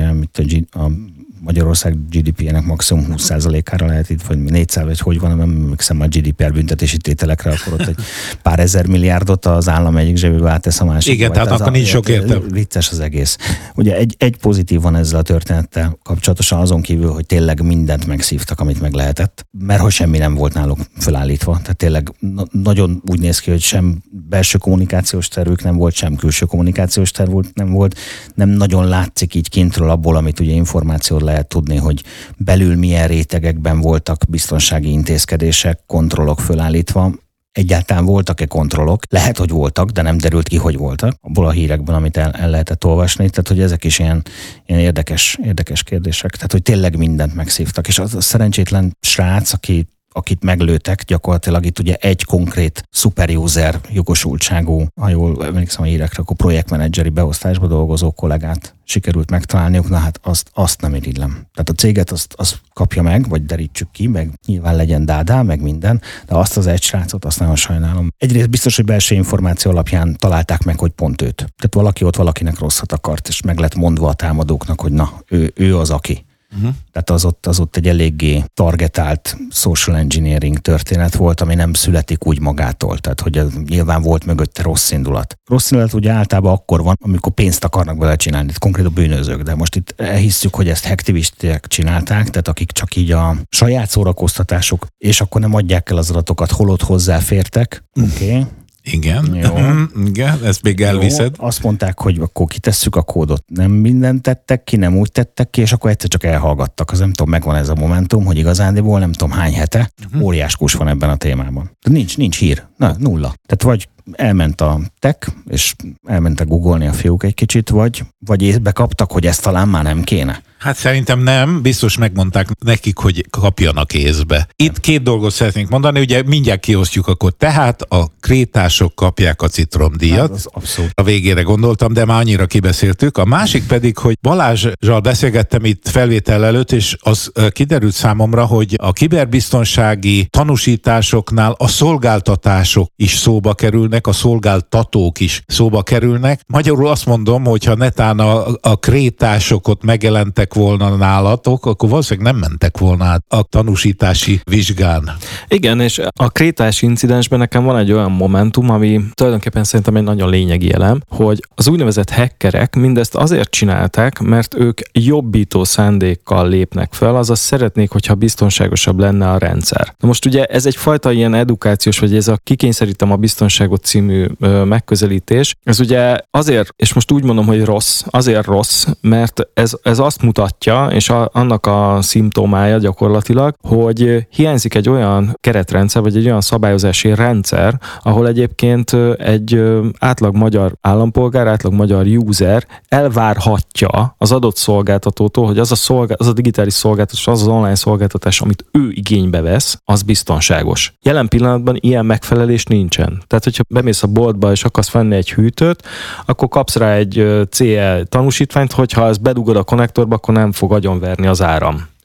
a Magyarország GDP-nek maximum 20%-ára lehet itt, vagy 400, vagy hogy van, nem emlékszem a GDPR büntetési tételekre, akkor ott egy pár ezer milliárdot az állam egyik zsebébe átesz a másikba. Igen, tehát akkor nincs sok értelme. Vicces az egész. Ugye egy pozitív van ezzel a történettel kapcsolatosan, azon kívül, hogy tényleg mindent megszívtak, amit meg lehetett, mert hogy semmi nem volt náluk felállítva. Tehát tényleg nagyon úgy néz ki, hogy sem belső kommunikációs tervük nem volt, sem külső kommunikációs tervük nem volt. Nem nagyon látszik így kintről abból, amit ugye információt lehet tudni, hogy belül milyen rétegekben voltak biztonsági intézkedések, kontrollok fölállítva. Egyáltalán voltak-e kontrollok? Lehet, hogy voltak, de nem derült ki, hogy voltak. Abból a hírekben, amit el lehetett olvasni. Tehát, hogy ezek is ilyen érdekes kérdések. Tehát, hogy tényleg mindent megszívtak. És az a szerencsétlen srác, akit meglőtek, gyakorlatilag itt ugye egy konkrét superuser jogosultságú, ha jól emlékszem a hírekre, akkor projektmenedzseri beosztásba dolgozó kollégát sikerült megtalálniuk, na hát azt nem irigylem. Tehát a céget azt kapja meg, vagy derítsük ki, meg nyilván legyen dádá, meg minden, de azt az egy srácot, azt nagyon sajnálom. Egyrészt biztos, hogy belső információ alapján találták meg, hogy pont őt. Tehát valaki ott valakinek rosszat akart, és meg lett mondva a támadóknak, hogy na, ő az aki. Tehát az ott egy eléggé targetált social engineering történet volt, ami nem születik úgy magától. Tehát, hogy nyilván volt mögötte rossz indulat. Rossz indulat ugye általában akkor van, amikor pénzt akarnak bele csinálni, konkrétan bűnözők, de most itt elhisszük, hogy ezt hacktivisták csinálták, tehát akik csak így a saját szórakoztatásuk, és akkor nem adják el az adatokat, holott hozzáfértek. Oké. Igen, igen, ezt még elviszed. Azt mondták, hogy akkor kitesszük a kódot. Nem mindent tettek ki, nem úgy tettek ki, és akkor egyszer csak elhallgattak. Az nem tudom, megvan ez a momentum, hogy igazándiból nem tudom hány hete óriás kus van ebben a témában. Nincs hír. Nulla. Tehát vagy elment a tech, és elmentek googolni a fiúk egy kicsit, vagy észbe kaptak, hogy ezt talán már nem kéne. Hát szerintem nem, biztos megmondták nekik, hogy kapjanak észbe. Itt két dolgot szeretnénk mondani, ugye mindjárt kiosztjuk akkor. Tehát a krétások kapják a citromdíjat. Az abszolút. A végére gondoltam, de már annyira kibeszéltük. A másik pedig, hogy Balázsral beszélgettem itt felvétel előtt, és az kiderült számomra, hogy a kiberbiztonsági tanúsításoknál a szolgáltatások is szóba kerülnek, a szolgáltatók is szóba kerülnek. Magyarul azt mondom, hogy ha netán a krétások ott megjelentek volna nálatok, akkor valószínűleg nem mentek volna át a tanúsítási vizsgán. Igen, és a krétás incidensben nekem van egy olyan momentum, ami tulajdonképpen szerintem egy nagyon lényegi elem, hogy az úgynevezett hackerek mindezt azért csinálták, mert ők jobbító szándékkal lépnek fel, azaz szeretnék, hogyha biztonságosabb lenne a rendszer. Na most ugye ez egyfajta ilyen edukációs, vagy ez a kikényszerítem a biztonságot című megközelítés. Ez ugye azért, és most úgy mondom, hogy azért rossz, mert ez azt mutatja, és annak a szimptomája gyakorlatilag, hogy hiányzik egy olyan keretrendszer, vagy egy olyan szabályozási rendszer, ahol egyébként egy átlag magyar állampolgár, átlag magyar user elvárhatja az adott szolgáltatótól, hogy az a digitális szolgáltatás, az online szolgáltatás, amit ő igénybe vesz, az biztonságos. Jelen pillanatban ilyen megfelelés nincsen. Tehát, hogyha bemész a boltba és akarsz venni egy hűtőt, akkor kapsz rá egy CE tanúsítványt, hogyha ezt bedugod a konnektorba, akkor nem fog agyonverni az áram.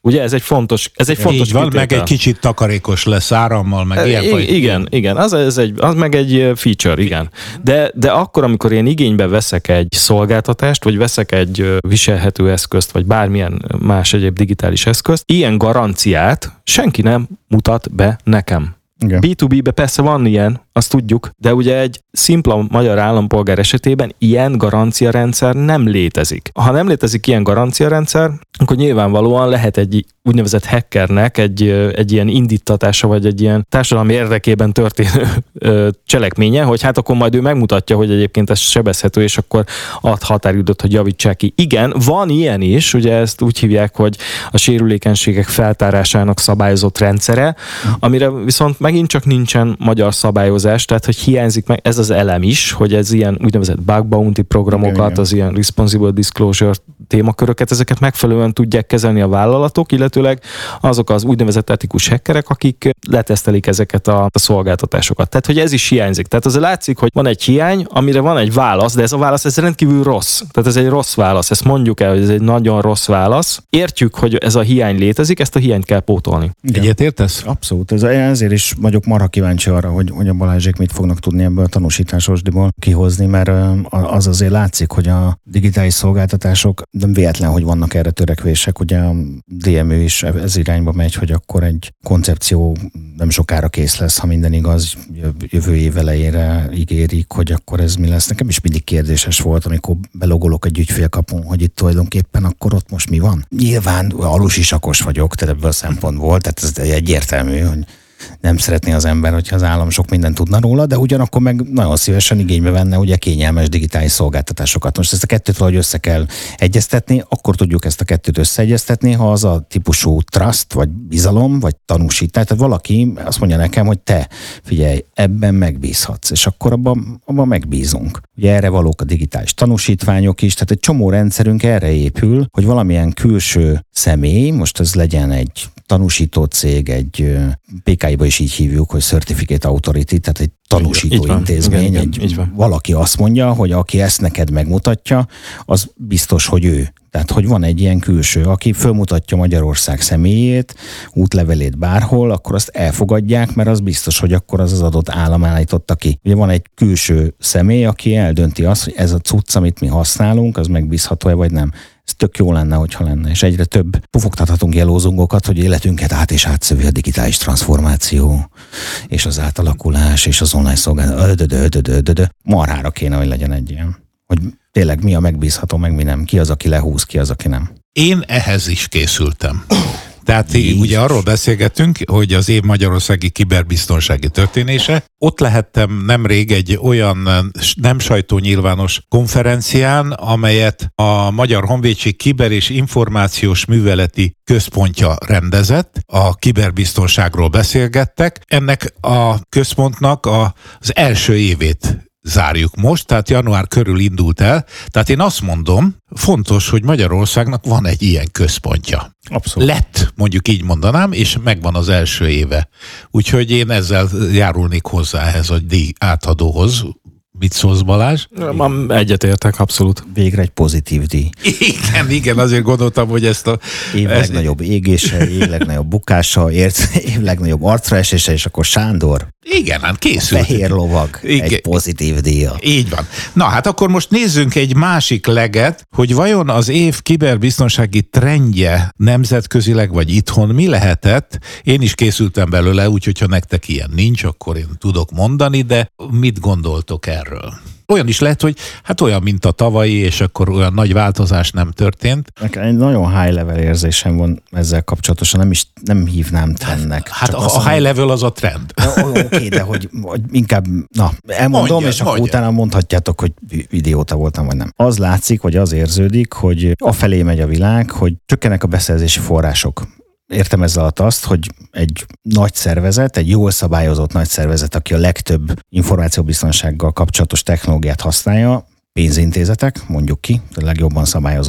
Ugye ez egy fontos így van, meg egy kicsit takarékos lesz árammal, meg ilyen. Igen, az meg egy feature, igen. De akkor, amikor én igénybe veszek egy szolgáltatást, vagy veszek egy viselhető eszközt, vagy bármilyen más egyéb digitális eszközt, ilyen garanciát senki nem mutat be nekem. Igen. B2B-be persze van ilyen, azt tudjuk, de ugye egy szimpla magyar állampolgár esetében ilyen garanciarendszer nem létezik. Ha nem létezik ilyen garanciarendszer, akkor nyilvánvalóan lehet egy úgynevezett hackernek egy ilyen indítatása, vagy egy ilyen társadalmi érdekében történő cselekménye, hogy hát akkor majd ő megmutatja, hogy egyébként ez sebezhető, és akkor ad határidőt, hogy javítsák ki. Igen, van ilyen is, ugye ezt úgy hívják, hogy a sérülékenységek feltárásának szabályozott rendszere, amire viszont megint csak nincsen magyar szabályozás, tehát hogy hiányzik meg ez az elem is, hogy ez ilyen úgynevezett bug bounty programokat, az ilyen responsible disclosure témaköröket, ezeket megfelelően tudják kezelni a vállalatok, illetőleg azok az úgynevezett etikus hackerek, akik letesztelik ezeket a szolgáltatásokat. Tehát, hogy ez is hiányzik. Tehát az látszik, hogy van egy hiány, amire van egy válasz, de ez a válasz ez rendkívül rossz. Tehát ez egy rossz válasz. Ezt mondjuk el, hogy ez egy nagyon rossz válasz. Értjük, hogy ez a hiány létezik, ezt a hiányt kell pótolni. Egyetértesz? Abszolút. Ezért is vagyok marha kíváncsi arra, hogy a Balázsék mit fognak tudni ebből a tanúsításosdiból kihozni, mert az azért látszik, hogy a digitális szolgáltatások nem véletlen, hogy vannak erre törekvések. Ugye a DMÜ is ez irányba megy, hogy akkor egy koncepció nem sokára kész lesz, ha minden igaz, jövő év elejére ígérik, hogy akkor ez mi lesz. Nekem is mindig kérdéses volt, amikor belogolok egy ügyfélkapun, hogy itt tulajdonképpen akkor ott most mi van. Nyilván alusisakos vagyok, tehát ebből a szempontból, tehát ez egyértelmű, hogy nem szeretné az ember, hogyha az állam sok mindent tudna róla, de ugyanakkor meg nagyon szívesen igénybe venne ugye kényelmes digitális szolgáltatásokat. Most ezt a kettőt valahogy össze kell egyeztetni, akkor tudjuk ezt a kettőt összeegyeztetni, ha az a típusú trust, vagy bizalom, vagy tanúsítás, tehát valaki azt mondja nekem, hogy te figyelj, ebben megbízhatsz, és akkor abban megbízunk. Ugye erre valók a digitális tanúsítványok is, tehát egy csomó rendszerünk erre épül, hogy valamilyen külső személy, most ez legyen egy tanúsító cég, egy PKI-ba is így hívjuk, hogy Certificate Authority, tehát egy tanúsító intézmény, igen, valaki azt mondja, hogy aki ezt neked megmutatja, az biztos, hogy ő. Tehát, hogy van egy ilyen külső, aki fölmutatja Magyarország személyét, útlevelét bárhol, akkor azt elfogadják, mert az biztos, hogy akkor az adott állam állította ki. Ugye van egy külső személy, aki eldönti azt, hogy ez a cucc, amit mi használunk, az megbízható-e vagy nem. Ez tök jó lenne, hogyha lenne, és egyre több pufogtathatunk jelózungokat, hogy életünket át és átszövi a digitális transformáció, és az átalakulás, és az online szolgáltatás. Marhára kéne, hogy legyen egy ilyen. Hogy tényleg mi a megbízható, meg mi nem. Ki az, aki lehúz, ki az, aki nem. Én ehhez is készültem. Tehát ugye arról beszélgetünk, hogy az év magyarországi kiberbiztonsági történése. Ott lehettem nemrég egy olyan nem sajtónyilvános konferencián, amelyet a Magyar Honvédség Kiber- és Információs Műveleti Központja rendezett. A kiberbiztonságról beszélgettek. Ennek a központnak az első évét zárjuk most, tehát január körül indult el. Tehát én azt mondom, fontos, hogy Magyarországnak van egy ilyen központja. Abszolút. Lett, mondjuk így mondanám, és megvan az első éve. Úgyhogy én ezzel járulnék hozzá ehhez a díj átadóhoz. Mit szólsz, Balázs? Egyetértek, abszolút. Végre egy pozitív díj. Igen, azért gondoltam, hogy ezt a... Év legnagyobb égése, év legnagyobb bukása, év legnagyobb arcraesése, és akkor Sándor. Igen, hát készült. Fehér lovag, egy pozitív díja. Így van. Na hát akkor most nézzünk egy másik leget, hogy vajon az év kiberbiztonsági trendje nemzetközileg vagy itthon mi lehetett? Én is készültem belőle, úgyhogy ha nektek ilyen nincs, akkor én tudok mondani, de mit gondoltok erről? Olyan is lehet, hogy hát olyan, mint a tavalyi, és akkor olyan nagy változás nem történt. Nekem egy nagyon high level érzésem van ezzel kapcsolatosan, nem hívnám trendnek. Hát a high level az a trend. Oké, de hogy inkább, elmondom, és akkor utána mondhatjátok, hogy idióta voltam, vagy nem. Az látszik, vagy az érződik, hogy afelé megy a világ, hogy csökkennek a beszerzési források. Értem ezzel alatt azt, hogy egy nagy szervezet, egy jól szabályozott nagy szervezet, aki a legtöbb információbiztonsággal kapcsolatos technológiát használja, pénzintézetek, mondjuk ki, a legjobban szabályozott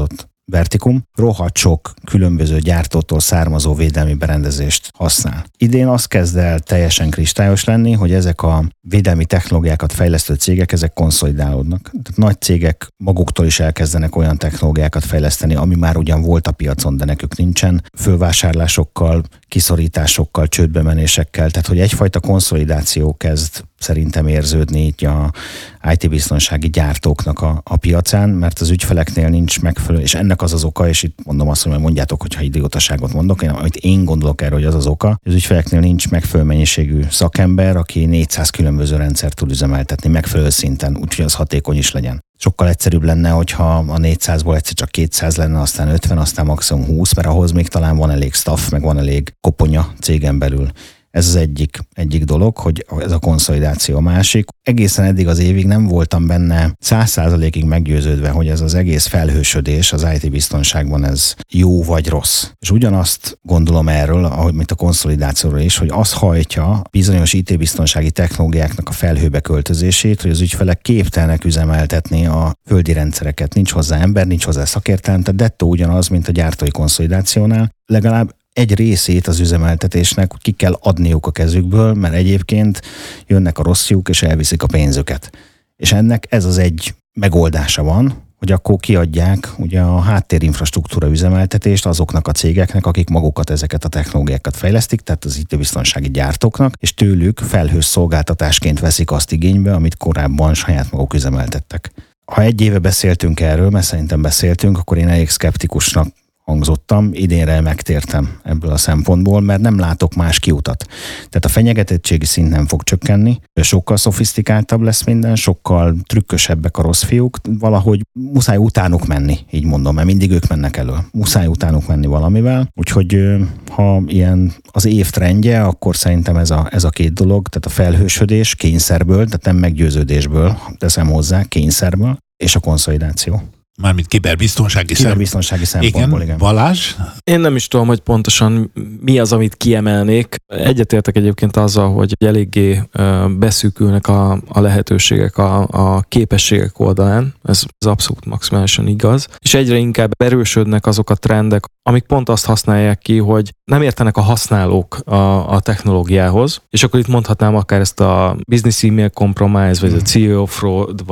Verticum rohadt sok különböző gyártótól származó védelmi berendezést használ. Idén az kezd el teljesen kristályos lenni, hogy ezek a védelmi technológiákat fejlesztő cégek, ezek konszolidálódnak. Tehát nagy cégek maguktól is elkezdenek olyan technológiákat fejleszteni, ami már ugyan volt a piacon, de nekük nincsen, fölvásárlásokkal, kiszorításokkal, csődbemenésekkel, tehát hogy egyfajta konszolidáció kezd szerintem érződni így a IT-biztonsági gyártóknak a piacán, mert az ügyfeleknél nincs megfelelő, és ennek az oka, és itt mondom azt, hogy mondjátok, hogyha idiótaságot mondok, amit én gondolok erről, hogy az oka, az ügyfeleknél nincs megfelelő mennyiségű szakember, aki 400 különböző rendszert tud üzemeltetni megfelelő szinten, úgyhogy az hatékony is legyen. Sokkal egyszerűbb lenne, hogyha a 400-ból egyszer csak 200 lenne, aztán 50, aztán maximum 20, mert ahhoz még talán van elég staff, meg van elég koponya cégen belül. Ez az egyik dolog, hogy ez a konszolidáció. A másik, egészen eddig az évig nem voltam benne 100%-ig meggyőződve, hogy ez az egész felhősödés az IT-biztonságban ez jó vagy rossz. És ugyanazt gondolom erről, ahogy mint a konszolidációról is, hogy az hajtja bizonyos IT-biztonsági technológiáknak a felhőbe költözését, hogy az ügyfelek képtelnek üzemeltetni a földi rendszereket. Nincs hozzá ember, nincs hozzá szakértelem, tehát dettó ugyanaz, mint a gyártói konszolidációnál. Legalább egy részét az üzemeltetésnek ki kell adniuk a kezükből, mert egyébként jönnek a rossz lyuk, és elviszik a pénzüket. És ennek ez az egy megoldása van, hogy akkor kiadják ugye a háttérinfrastruktúra üzemeltetést azoknak a cégeknek, akik magukat ezeket a technológiákat fejlesztik, tehát az IT-biztonsági gyártóknak, és tőlük felhős szolgáltatásként veszik azt igénybe, amit korábban saját maguk üzemeltettek. Ha egy éve beszéltünk erről, mert szerintem beszéltünk, akkor én elég szkeptikusnak hangzottam, idénre megtértem ebből a szempontból, mert nem látok más kiutat. Tehát a fenyegetettségi szint nem fog csökkenni, sokkal szofisztikáltabb lesz minden, sokkal trükkösebbek a rossz fiúk, valahogy muszáj utánuk menni, így mondom, mert mindig ők mennek elő. Muszáj utánuk menni valamivel, úgyhogy ha ilyen az év trendje, akkor szerintem ez a két dolog, tehát a felhősödés kényszerből, tehát nem meggyőződésből, teszem hozzá, kényszerből, és a konszolidáció. Mármint kiberbiztonsági szempontból, igen. Balázs? Én nem is tudom, hogy pontosan mi az, amit kiemelnék. Egyetértek egyébként azzal, hogy eléggé beszűkülnek a lehetőségek a képességek oldalán. Ez abszolút maximálisan igaz. És egyre inkább erősödnek azok a trendek, amik pont azt használják ki, hogy nem értenek a használók a technológiához, és akkor itt mondhatnám akár ezt a business email compromise, vagy a CEO fraud,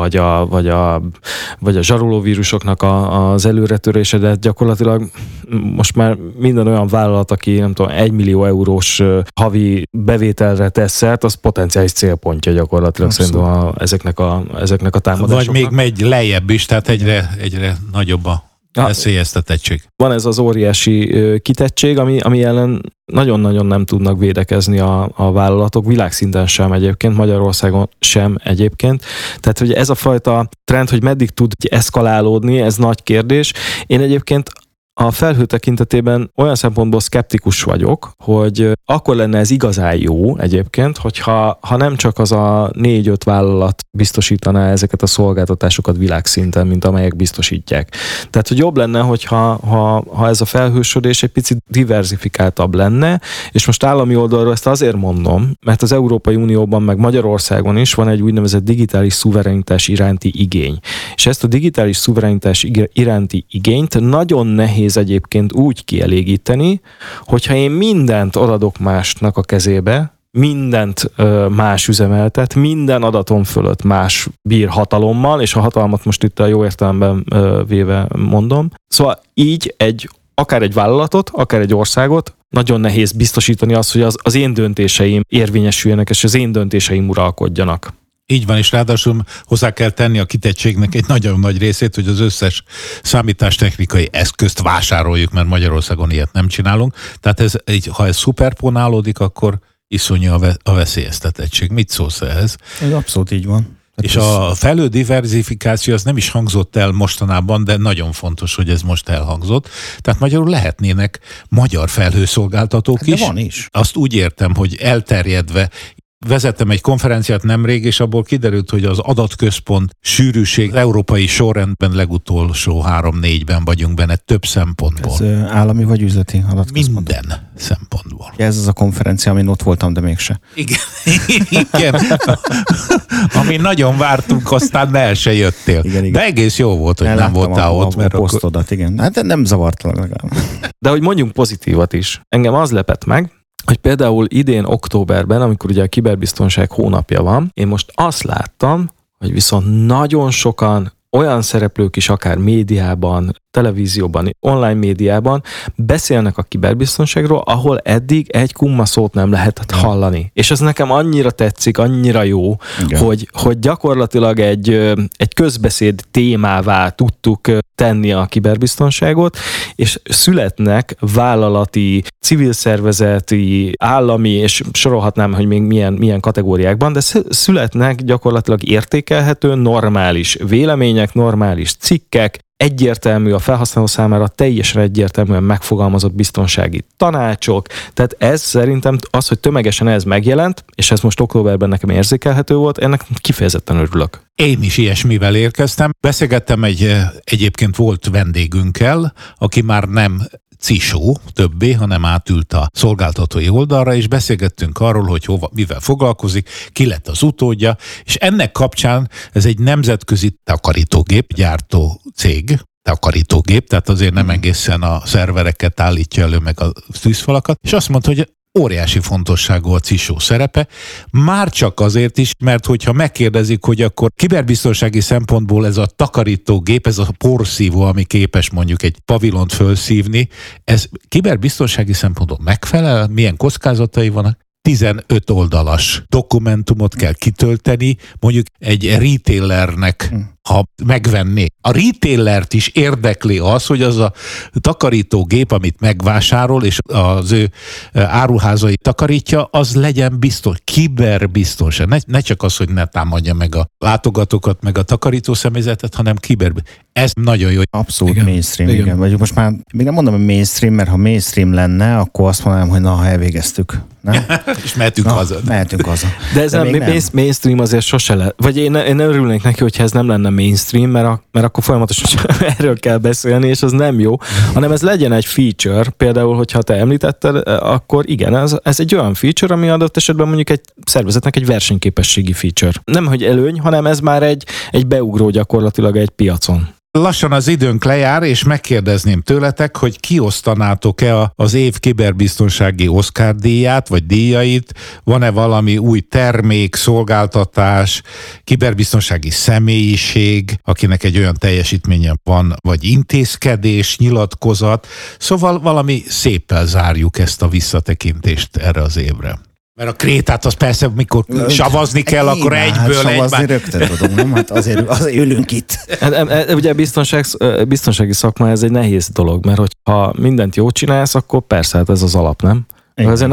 vagy a zsarolóvírusoknak az előretörése, de gyakorlatilag most már minden olyan vállalat, aki nem tudom, 1 millió eurós havi bevételre tesz szert, az potenciális célpontja gyakorlatilag szerintem ezeknek a támadásoknak. Vagy még megy lejjebb is, tehát egyre nagyobb a veszélyeztetettség. Van ez az óriási kitettség, ami ellen nagyon-nagyon nem tudnak védekezni a vállalatok, világszinten sem egyébként, Magyarországon sem egyébként. Tehát, hogy ez a fajta trend, hogy meddig tud eszkalálódni, ez nagy kérdés. Én egyébként a felhő tekintetében olyan szempontból szkeptikus vagyok, hogy akkor lenne ez igazán jó egyébként, hogyha nem csak az a 4-5 vállalat biztosítaná ezeket a szolgáltatásokat világszinten, mint amelyek biztosítják. Tehát, hogy jobb lenne, hogyha ez a felhősödés egy picit diverzifikáltabb lenne, és most állami oldalról ezt azért mondom, mert az Európai Unióban, meg Magyarországon is van egy úgynevezett digitális szuverenitás iránti igény. És ezt a digitális szuverenitás iránti igényt nagyon nehéz egyébként úgy kielégíteni, hogyha én mindent odadok másnak a kezébe, mindent más üzemeltet, minden adatom fölött más bír hatalommal, és a hatalmat most itt a jó értelemben véve mondom. Szóval így akár egy vállalatot, akár egy országot nagyon nehéz biztosítani azt, hogy az én döntéseim érvényesüljenek, és az én döntéseim uralkodjanak. Így van, és ráadásul hozzá kell tenni a kitettségnek egy nagyon nagy részét, hogy az összes számítástechnikai eszközt vásároljuk, mert Magyarországon ilyet nem csinálunk. Tehát ha ez szuperponálódik, akkor iszonyú a veszélyeztetettség. Mit szólsz ehhez? Ez abszolút így van. És a felhődiverzifikáció az nem is hangzott el mostanában, de nagyon fontos, hogy ez most elhangzott. Tehát magyarul lehetnének magyar felhőszolgáltatók is. De van is. Azt úgy értem, hogy elterjedve Vezettem egy konferenciát nemrég, és abból kiderült, hogy az adatközpont sűrűség európai sorrendben legutolsó 3-4-ben vagyunk benne több szempontból. Ez állami vagy üzleti adatközpont? Minden szempontból. Ez az a konferencia, amin ott voltam, de mégse. Igen. Amin nagyon vártunk, aztán el se jöttél. Igen. De egész jó volt, hogy nem voltál ott. Mert posztodat, igen. Hát nem zavartalak legalább. De hogy mondjunk pozitívat is. Engem az lepett meg, hogy például idén októberben, amikor ugye a kiberbiztonság hónapja van, én most azt láttam, hogy viszont nagyon sokan olyan szereplők is akár médiában, televízióban, online médiában beszélnek a kiberbiztonságról, ahol eddig egy kumma szót nem lehetett hallani. És ez nekem annyira tetszik, annyira jó, hogy gyakorlatilag egy közbeszéd témává tudtuk tenni a kiberbiztonságot, és születnek vállalati, civil szervezeti, állami, és sorolhatnám, hogy még milyen kategóriákban, de születnek gyakorlatilag értékelhető, normális vélemények, normális cikkek, egyértelmű a felhasználó számára, teljesen egyértelműen megfogalmazott biztonsági tanácsok, tehát ez szerintem az, hogy tömegesen ez megjelent, és ez most októberben nekem érzékelhető volt, ennek kifejezetten örülök. Én is ilyesmivel érkeztem. Beszélgettem egyébként volt vendégünkkel, aki már nem CISO többé, hanem átült a szolgáltatói oldalra, és beszélgettünk arról, hogy mivel foglalkozik, ki lett az utódja, és ennek kapcsán ez egy nemzetközi takarítógép gyártó cég, takarítógép, tehát azért nem egészen a szervereket állítja elő, meg a tűzfalakat, és azt mondta, hogy óriási fontosságú a CISO szerepe, már csak azért is, mert hogyha megkérdezik, hogy akkor kiberbiztonsági szempontból ez a takarítógép, ez a porszívó, ami képes mondjuk egy pavilont fölszívni, ez kiberbiztonsági szempontból megfelel? Milyen kockázatai vannak? 15 oldalas dokumentumot kell kitölteni, mondjuk egy retailernek, ha megvenné. A retailert is érdekli az, hogy az a takarítógép, amit megvásárol, és az ő áruházai takarítja, az legyen biztos, kiberbiztos. Ne csak az, hogy ne támadja meg a látogatókat, meg a takarító személyzetet, hanem Ez nagyon jó. Abszolút igen. Mainstream, igen. Vagy most már még nem mondom, hogy mainstream, mert ha mainstream lenne, akkor azt mondanám, hogy na, ha elvégeztük. Nem? És mehetünk haza. Mehetünk haza. De ez nem mainstream azért sose lehet. Vagy én örülnék neki, hogyha ez nem lenne mainstream, mert akkor folyamatosan erről kell beszélni, és az nem jó, hanem ez legyen egy feature, például, hogyha te említetted, akkor igen, ez egy olyan feature, ami adott esetben mondjuk egy szervezetnek egy versenyképességi feature. Nem, hogy előny, hanem ez már egy beugró gyakorlatilag egy piacon. Lassan az időnk lejár, és megkérdezném tőletek, hogy kiosztanátok-e az év kiberbiztonsági Oscar díját, vagy díjait? Van-e valami új termék, szolgáltatás, kiberbiztonsági személyiség, akinek egy olyan teljesítménye van, vagy intézkedés, nyilatkozat? Szóval valami széppel zárjuk ezt a visszatekintést erre az évre. Mert a krétát az persze, mikor savazni kell, akkor egyből savazni rögtön tudom, nem? Hát azért ülünk itt. Ugye biztonsági szakma, ez egy nehéz dolog, mert hogyha mindent jól csinálsz, akkor persze, hát ez az alap, nem? Azért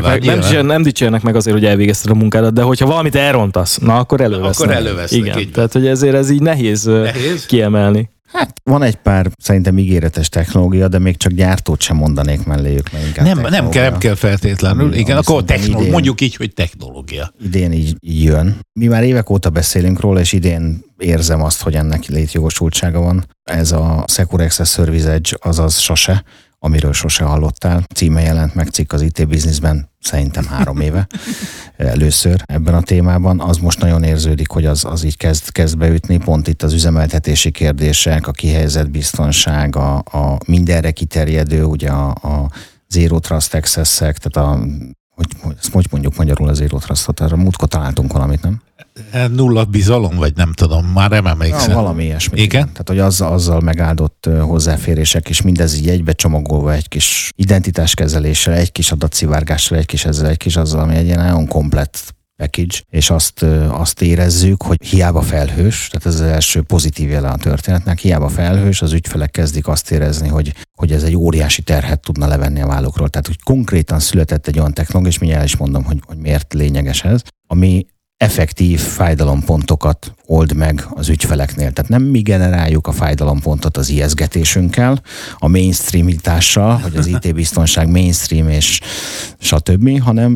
nem dicsérnek meg azért, hogy elvégezted a munkádat, de hogyha valamit elrontasz, na akkor elővesznek. Igen, tehát hogy ezért ez így nehéz kiemelni. Hát van egy pár szerintem ígéretes technológia, de még csak gyártót sem mondanék melléjük. Nem kell feltétlenül. Igen, akkor mondjuk így, hogy technológia. Idén így jön. Mi már évek óta beszélünk róla, és idén érzem azt, hogy ennek létjogosultsága van. Ez a Secure Access Service Edge, azaz SASE, amiről sose hallottál. Címe jelent meg cikk az IT Businessben szerintem 3 éve először ebben a témában. Az most nagyon érződik, hogy az így kezd beütni. Pont itt az üzemeltetési kérdések, a kihelyezett biztonság, a mindenre kiterjedő, ugye a Zero Trust Access-ek, tehát hogy mondjuk magyarul a Zero Trust-ot, arra múltkor találtunk valamit, nem? Nulla bizalom, vagy nem tudom, már nem emlékszem. Valami ilyesmi. Igen? Tehát, hogy azzal megáldott hozzáférések, és mindez így egybe csomagolva egy kis identitáskezeléssel, egy kis adatszivárgással, egy kis azzal, ami egy ilyen nagyon komplett package, és azt érezzük, hogy hiába felhős, tehát ez az első pozitív jele a történetnek, hiába felhős, az ügyfelek kezdik azt érezni, hogy ez egy óriási terhet tudna levenni a vállukról. Tehát, hogy konkrétan született egy olyan technológia, és mindjárt is mondom, hogy miért lényeges ez, ami effektív fájdalompontokat old meg az ügyfeleknél. Tehát nem mi generáljuk a fájdalompontot az ijeszgetésünkkel, a mainstreamitással, hogy az IT-biztonság mainstream és stb., hanem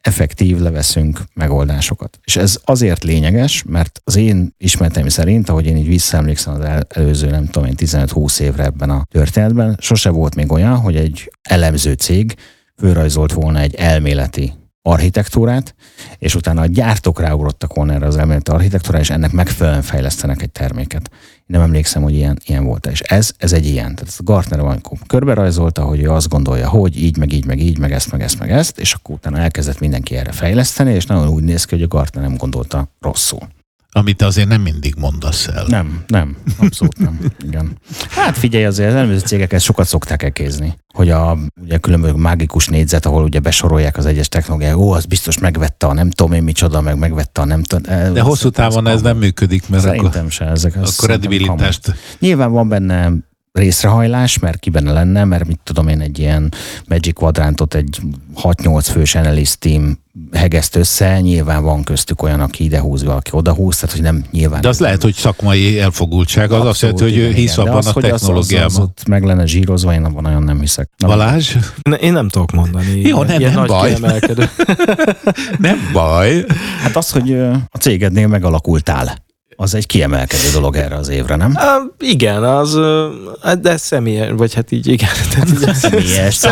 effektív leveszünk megoldásokat. És ez azért lényeges, mert az én ismereteim szerint, ahogy én így visszaemlékszem az előző, nem tudom én, 15-20 évre ebben a történetben, sose volt még olyan, hogy egy elemző cég fölrajzolt volna egy elméleti architektúrát, és utána a gyártók ráugrottak volna erre az elméleti architektúrára, és ennek megfelelően fejlesztenek egy terméket. Én nem emlékszem, hogy ilyen volt. És ez egy ilyen. Tehát a Gartner van körbe rajzolta, hogy ő azt gondolja, hogy így, meg ezt, és akkor utána elkezdett mindenki erre fejleszteni, és nagyon úgy néz ki, hogy a Gartner nem gondolta rosszul. Amit azért nem mindig mondasz el. Nem, abszolút nem. Igen. Hát figyelj, azért az előző cégeket sokat szokták elkézni, hogy ugye különböző mágikus négyzet, ahol ugye besorolják az egyes technológiák, az biztos megvette a nem tudom én micsoda, megvette a nem tudom. De hosszú távon ez nem működik, mert szerintem se ezek. A kredibilitást. Nyilván van benne részrehajlás, mert ki benne lenne, mert mit tudom én, egy ilyen Magic Quadrantot egy 6-8 fős analyst team hegeszt össze, nyilván van köztük olyan, aki idehúz, valaki odahúz, tehát hogy nem nyilván. De az lehet, hogy szakmai elfogultság, az azt jelenti, hogy ő hisz abban a technológiában. Az ott meg lenne zsírozva, én abban nagyon nem hiszek. Balázs? Én nem tudok mondani. Jó, nem baj. Nem baj. Hát az, hogy a cégednél megalakultál, az egy kiemelkedő dolog erre az évre, nem? Igen, de személyes, vagy hát így igen. Személyes.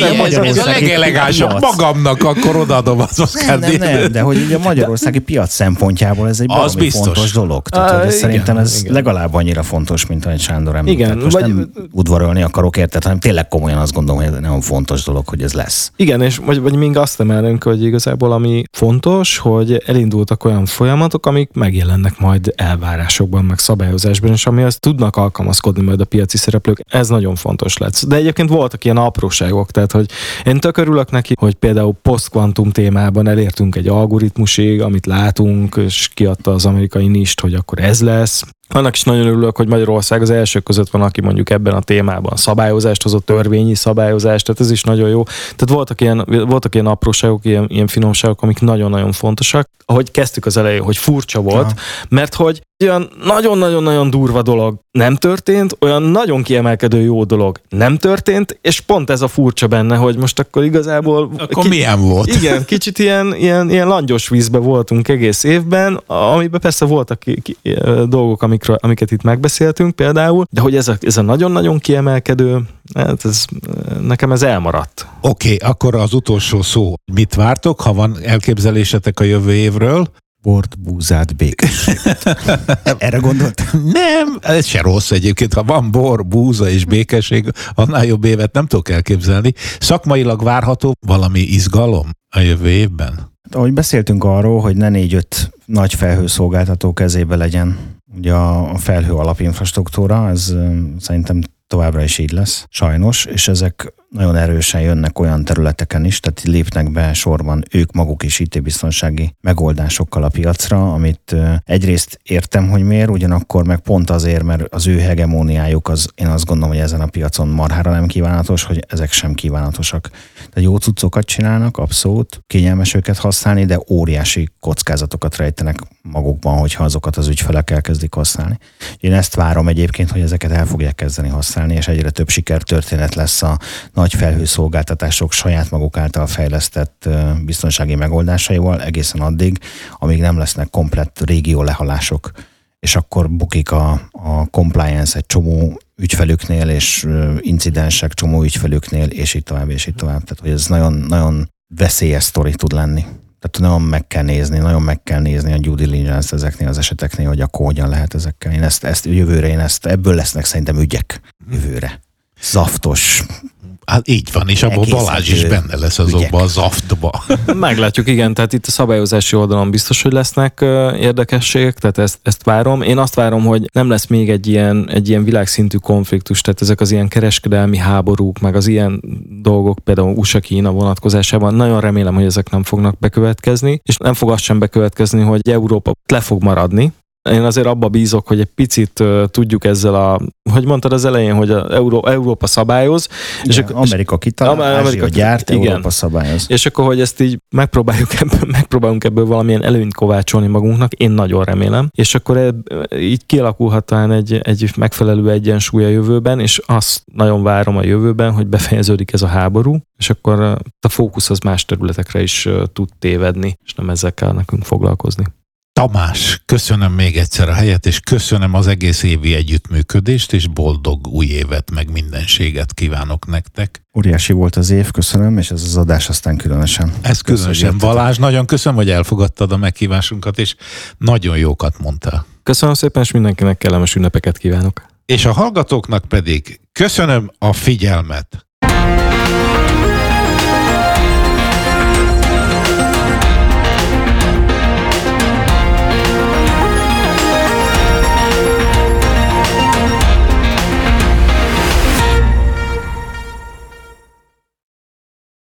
Ez a legelegánsabb magamnak, akkor odaadom az Oscar-díjat. Nem, de hogy ugye a magyarországi piac szempontjából ez egy baromi fontos dolog. Tehát hogy szerintem ez legalább annyira fontos, mint ahogy Sándor említett. Most nem udvarolni akarok érted, hanem tényleg komolyan azt gondolom, hogy ez nagyon fontos dolog, hogy ez lesz. Igen, és vagy még azt emelünk, hogy igazából ami fontos, hogy elindultak olyan folyamatok, amik megjelennek majd elvárásokban, meg szabályozásban, és amihez tudnak alkalmazkodni majd a piaci szereplők, ez nagyon fontos lesz. De egyébként voltak ilyen apróságok, tehát hogy én tök örülök neki, hogy például post-quantum témában elértünk egy algoritmusig, amit látunk, és kiadta az amerikai NIST, hogy akkor ez lesz. Annak is nagyon örülök, hogy Magyarország az elsők között van, aki mondjuk ebben a témában szabályozást hozott, törvényi szabályozást, tehát ez is nagyon jó. Tehát voltak ilyen apróságok, ilyen finomságok, amik nagyon-nagyon fontosak. Ahogy kezdtük az elején, hogy furcsa volt, mert hogy olyan nagyon-nagyon-nagyon durva dolog nem történt, olyan nagyon kiemelkedő jó dolog nem történt, és pont ez a furcsa benne, hogy most akkor igazából... Akkor milyen volt? Igen, kicsit ilyen langyos vízbe voltunk egész évben, amiben persze voltak dolgok, amiket itt megbeszéltünk például, de hogy ez a nagyon-nagyon kiemelkedő, hát nekem ez elmaradt. Oké, akkor az utolsó szó. Mit vártok, ha van elképzelésetek a jövő évről? Bort, búzát, békességet. Erre gondoltam? Nem, ez se rossz egyébként. Ha van bor, búza és békesség, annál jobb évet nem tudok elképzelni. Szakmailag várható valami izgalom a jövő évben? Ahogy beszéltünk arról, hogy ne 4-5 nagy felhőszolgáltató kezébe legyen ugye a felhő alapinfrastruktúra, ez szerintem továbbra is így lesz, sajnos, és ezek nagyon erősen jönnek olyan területeken is, tehát lépnek be sorban ők maguk is IT-biztonsági megoldásokkal a piacra, amit egyrészt értem, hogy miért, ugyanakkor meg pont azért, mert az ő hegemóniájuk az, én azt gondolom, hogy ezen a piacon marhára nem kívánatos, hogy ezek sem kívánatosak. Tehát jó cuccokat csinálnak, abszolút, kényelmes őket használni, de óriási kockázatokat rejtenek magukban, hogyha azokat az ügyfelek elkezdik használni. Én ezt várom egyébként, hogy ezeket el fogják kezdeni használni, és egyre több sikertörténet lesz a nagy felhőszolgáltatások saját maguk által fejlesztett biztonsági megoldásaival egészen addig, amíg nem lesznek komplett régió lehalások, és akkor bukik a compliance egy csomó ügyfelüknél, és incidensek csomó ügyfelüknél, és így tovább, és így tovább. Tehát, hogy ez nagyon, nagyon veszélyes sztori tud lenni. Tehát nagyon meg kell nézni a due diligence ezeknél az eseteknél, hogy akkor hogyan lehet ezekkel. Én ezt jövőre, ebből lesznek szerintem ügyek jövőre. Zaftos. Hát így van, és abban Balázs is benne lesz azokban a zaftba. Meglátjuk, igen, tehát itt a szabályozási oldalon biztos, hogy lesznek érdekességek, tehát ezt várom. Én azt várom, hogy nem lesz még egy ilyen világszintű konfliktus, tehát ezek az ilyen kereskedelmi háborúk, meg az ilyen dolgok, például USA-Kína vonatkozásában, nagyon remélem, hogy ezek nem fognak bekövetkezni, és nem fog az sem bekövetkezni, hogy Európa le fog maradni, Én azért abba bízok, hogy egy picit tudjuk ezzel hogy mondtad az elején, hogy Európa szabályoz. És Amerika kitalál, Ázsia gyárt, igen. Európa szabályoz. És akkor, hogy ezt így megpróbálunk ebből valamilyen előnyt kovácsolni magunknak, én nagyon remélem. És akkor így kialakulhat talán egy megfelelő egyensúly a jövőben, és azt nagyon várom a jövőben, hogy befejeződik ez a háború, és akkor a fókusz az más területekre is tud tévedni, és nem ezzel kell nekünk foglalkozni. Tamás, köszönöm még egyszer a helyet, és köszönöm az egész évi együttműködést, és boldog új évet, meg mindenséget kívánok nektek. Óriási volt az év, köszönöm, és ez az adás aztán különösen. Ez különösen, Balázs, nagyon köszönöm, hogy elfogadtad a meghívásunkat, és nagyon jókat mondtál. Köszönöm szépen, és mindenkinek kellemes ünnepeket kívánok. És a hallgatóknak pedig köszönöm a figyelmet.